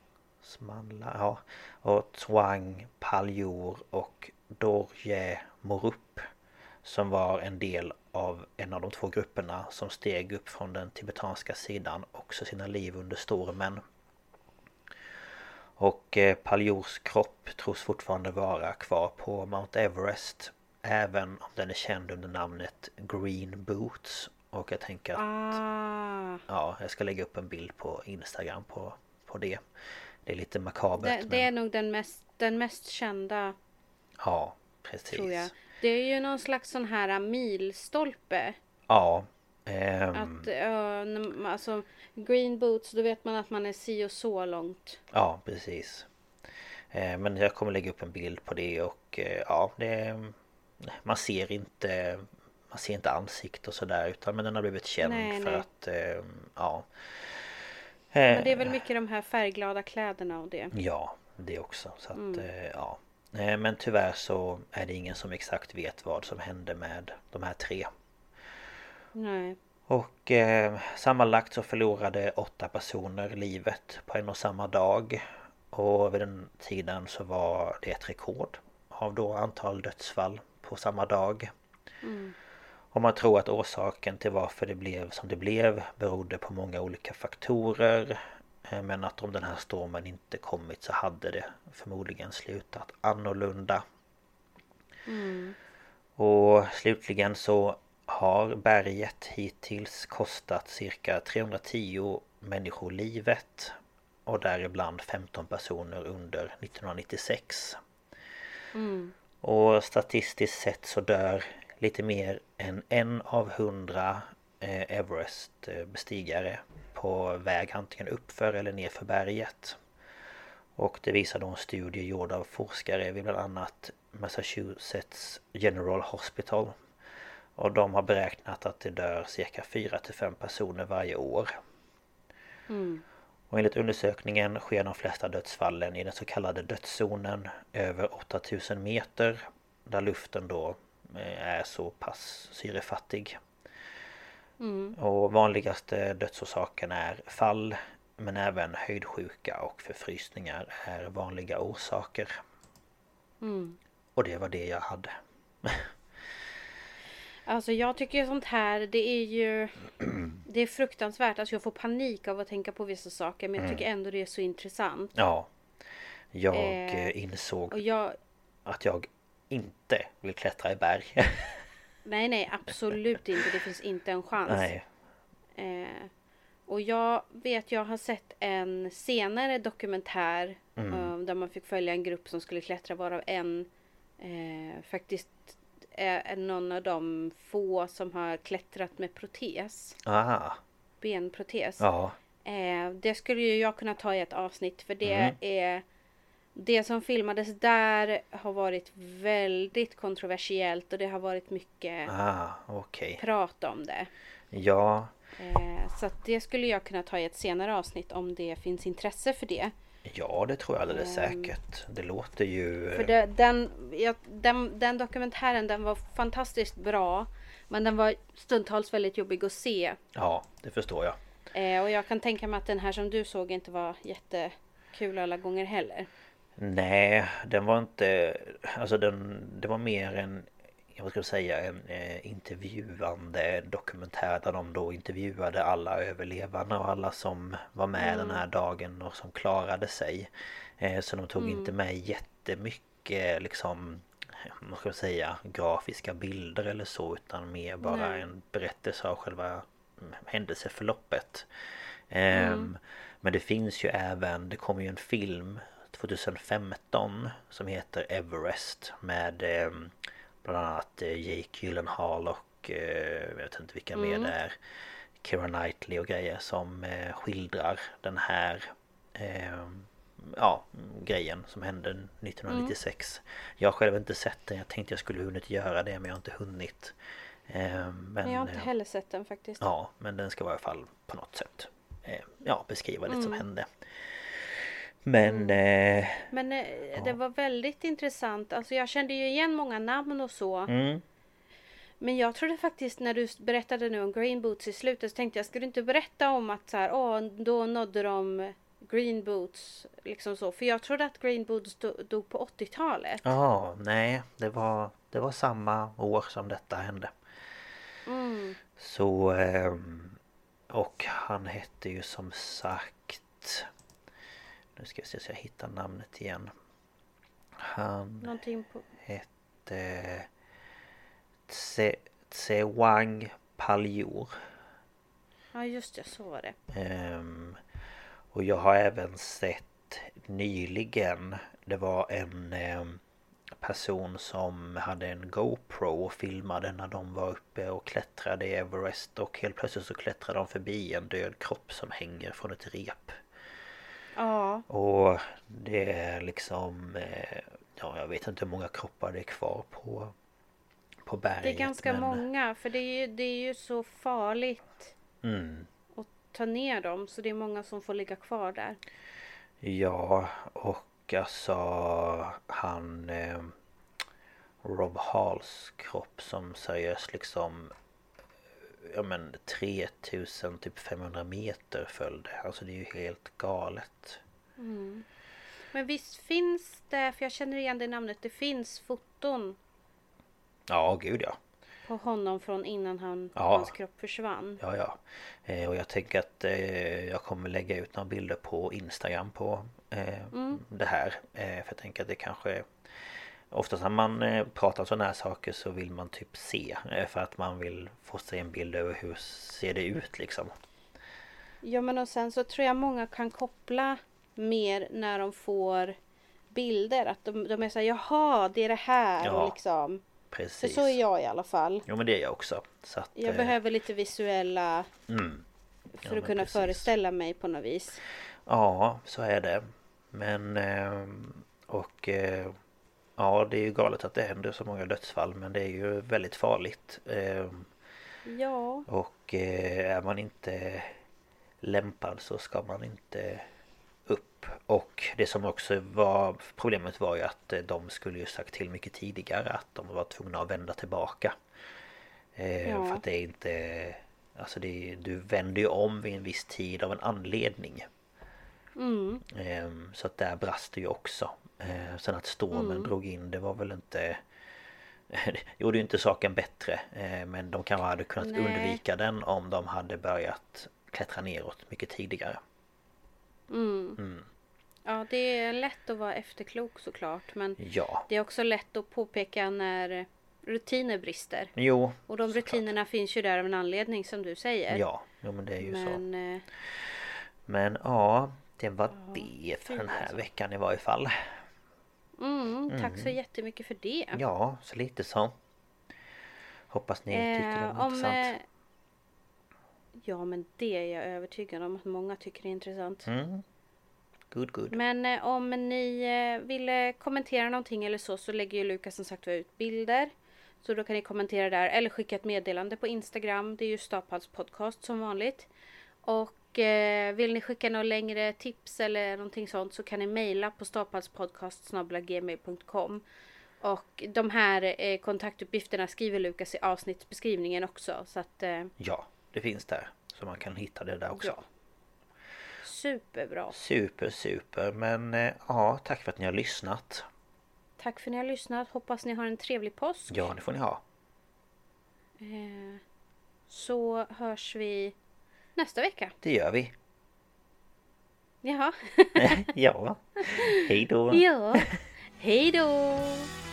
och Tswang Paljor och Dorje Morup, som var en del av en av de två grupperna som steg upp från den tibetanska sidan, också sina liv under stormen. Och Paljors kropp tros fortfarande vara kvar på Mount Everest, även om den är känd under namnet Green Boots. Och jag tänker att ja, jag ska lägga upp en bild på Instagram på det. Det är lite makabert. Det är nog den mest kända. Ja, precis. Tror jag. Det är ju någon slags sån här milstolpe. Ja. Alltså Green Boots, då vet man att man är si och så långt. Ja, precis. Men jag kommer lägga upp en bild på det, och ja, man ser inte ansikt och sådär, utan men den har blivit känd för att ja. Men det är väl mycket de här färgglada kläderna och det. Ja, det också. Så att ja. Men tyvärr så är det ingen som exakt vet vad som hände med de här 3. Nej. Och sammanlagt så förlorade 8 personer livet på en och samma dag. Och vid den tiden så var det ett rekord av då antal dödsfall på samma dag. Och man tror att orsaken till varför det blev som det blev berodde på många olika faktorer. Men att om den här stormen inte kommit så hade det förmodligen slutat annorlunda. Och slutligen så har berget hittills kostat cirka 310 människor livet. Och däribland 15 personer under 1996. Och statistiskt sett så dör lite mer än 1 av 100 Everest-bestigare på väg antingen uppför eller ner för berget. Och det visar då en studie gjord av forskare vid bland annat Massachusetts General Hospital. Och de har beräknat att det dör cirka 4-5 personer varje år. Och enligt undersökningen sker de flesta dödsfallen i den så kallade dödszonen över 8000 meter, där luften då är så pass syrefattig. Och vanligaste dödsorsaken är fall, men även höjdsjuka och förfrysningar är vanliga orsaker. Och det var det jag hade. Alltså jag tycker sånt här, det är ju det är fruktansvärt. Alltså jag får panik av att tänka på vissa saker, men jag tycker ändå det är så intressant. Ja. Jag insåg att jag inte vill klättra i berg. Nej, absolut inte. Det finns inte en chans. Nej. Och jag har sett en senare dokumentär där man fick följa en grupp som skulle klättra, varav en faktiskt är någon av de få som har klättrat med protes. Benprotes. Ja. Det skulle ju jag kunna ta i ett avsnitt, för det är det som filmades där har varit väldigt kontroversiellt, och det har varit mycket prat om det. Ja. Så att det skulle jag kunna ta i ett senare avsnitt om det finns intresse för det. Ja, det tror jag alldeles säkert. Det låter ju... För den dokumentären, den var fantastiskt bra, men den var stundtals väldigt jobbig att se. Ja, det förstår jag. Och jag kan tänka mig att den här som du såg inte var jättekul alla gånger heller. Nej, den var inte... Alltså det var mer en intervjuande dokumentär där de då intervjuade alla överlevande och alla som var med den här dagen och som klarade sig. Så de tog inte med jättemycket liksom, grafiska bilder eller så, utan mer bara en berättelse av själva händelseförloppet. Men det finns ju även, det kommer ju en film 2015 som heter Everest med bland annat Jake Gyllenhaal och jag vet inte vilka mer det är, Keira Knightley och grejer, som skildrar den här grejen som hände 1996. Jag har själv inte sett den. Jag tänkte jag skulle hunnit göra det, men jag har inte hunnit. Men jag har inte heller sett den faktiskt. Ja, men den ska i alla fall på något sätt beskriva lite som hände. Men det var väldigt intressant. Alltså jag kände ju igen många namn och så. Men jag trodde faktiskt när du berättade nu om Green Boots i slutet, så tänkte jag, skulle du inte berätta om att så här, då nådde de Green Boots liksom så. För jag trodde att Green Boots dog på 80-talet. Ja, nej, det var samma år som detta hände. Så och han hette ju som sagt, nu ska vi se så jag hittar namnet igen. Han hette Tsewang Paljor. Ja just det, så var det. Och jag har även sett nyligen, det var en person som hade en GoPro och filmade när de var uppe och klättrade i Everest, och helt plötsligt så klättrade de förbi en död kropp som hänger från ett rep. Ja. Och det är liksom jag vet inte hur många kroppar det är kvar på berget. Det är ganska många, för det är ju så farligt att ta ner dem, så det är många som får ligga kvar där. Ja, och alltså han Rob Halls kropp som seriöst liksom 3500 meter följde. Alltså det är ju helt galet. Men visst finns det, för jag känner igen det namnet, det finns foton. Ja, gud ja. På honom från innan hans kropp försvann. Ja. Och jag tänker att jag kommer lägga ut några bilder på Instagram på det här. För jag tänker att det kanske... Oftast när man pratar om sådana här saker så vill man typ se. För att man vill få se en bild över hur ser det ut liksom. Ja, men och sen så tror jag många kan koppla mer när de får bilder. Att de är såhär, jaha, det är det här. Ja, och liksom. Precis. För så är jag i alla fall. Jo, men det är jag också. Så att, jag behöver lite visuella för att kunna föreställa mig på något vis. Ja, så är det. Men ja, det är ju galet att det händer så många dödsfall, men det är ju väldigt farligt. Ja. Och är man inte lämpad så ska man inte upp. Och det som också var problemet var ju att de skulle ju sagt till mycket tidigare att de var tvungna att vända tillbaka. För att det är inte... Alltså du vänder ju om vid en viss tid av en anledning. Så att där brast det ju också. Sen att stormen drog in, det var väl inte... Det gjorde ju inte saken bättre. Men de kanske hade kunnat undvika den om de hade börjat klättra neråt mycket tidigare. Ja, det är lätt att vara efterklok såklart. Men ja, det är också lätt att påpeka när rutiner brister. Jo, och de rutinerna finns ju där av en anledning, som du säger. Ja, men det är ju så. Men ja, det var det för den här veckan i varje fall. Tack så jättemycket för det. Ja, så lite så. Hoppas ni tycker det var intressant. Ja, men det är jag övertygad om att många tycker är intressant. Good. Men om ni ville kommentera någonting eller så lägger ju Lukas som sagt ut bilder. Så då kan ni kommentera där eller skicka ett meddelande på Instagram. Det är ju Staphalls podcast som vanligt. Och vill ni skicka några längre tips eller någonting sånt så kan ni mejla på staphalspodcast@gmail.com. Och de här kontaktuppgifterna skriver Lukas i avsnittsbeskrivningen också. Så att, ja, det finns där. Så man kan hitta det där också. Ja. Superbra. Super. Men ja, tack för att ni har lyssnat. Tack för att ni har lyssnat. Hoppas ni har en trevlig påsk. Ja, det får ni ha. Så hörs vi nästa vecka. Det gör vi. Jaha. Ja. Hej då. Ja. Hej då.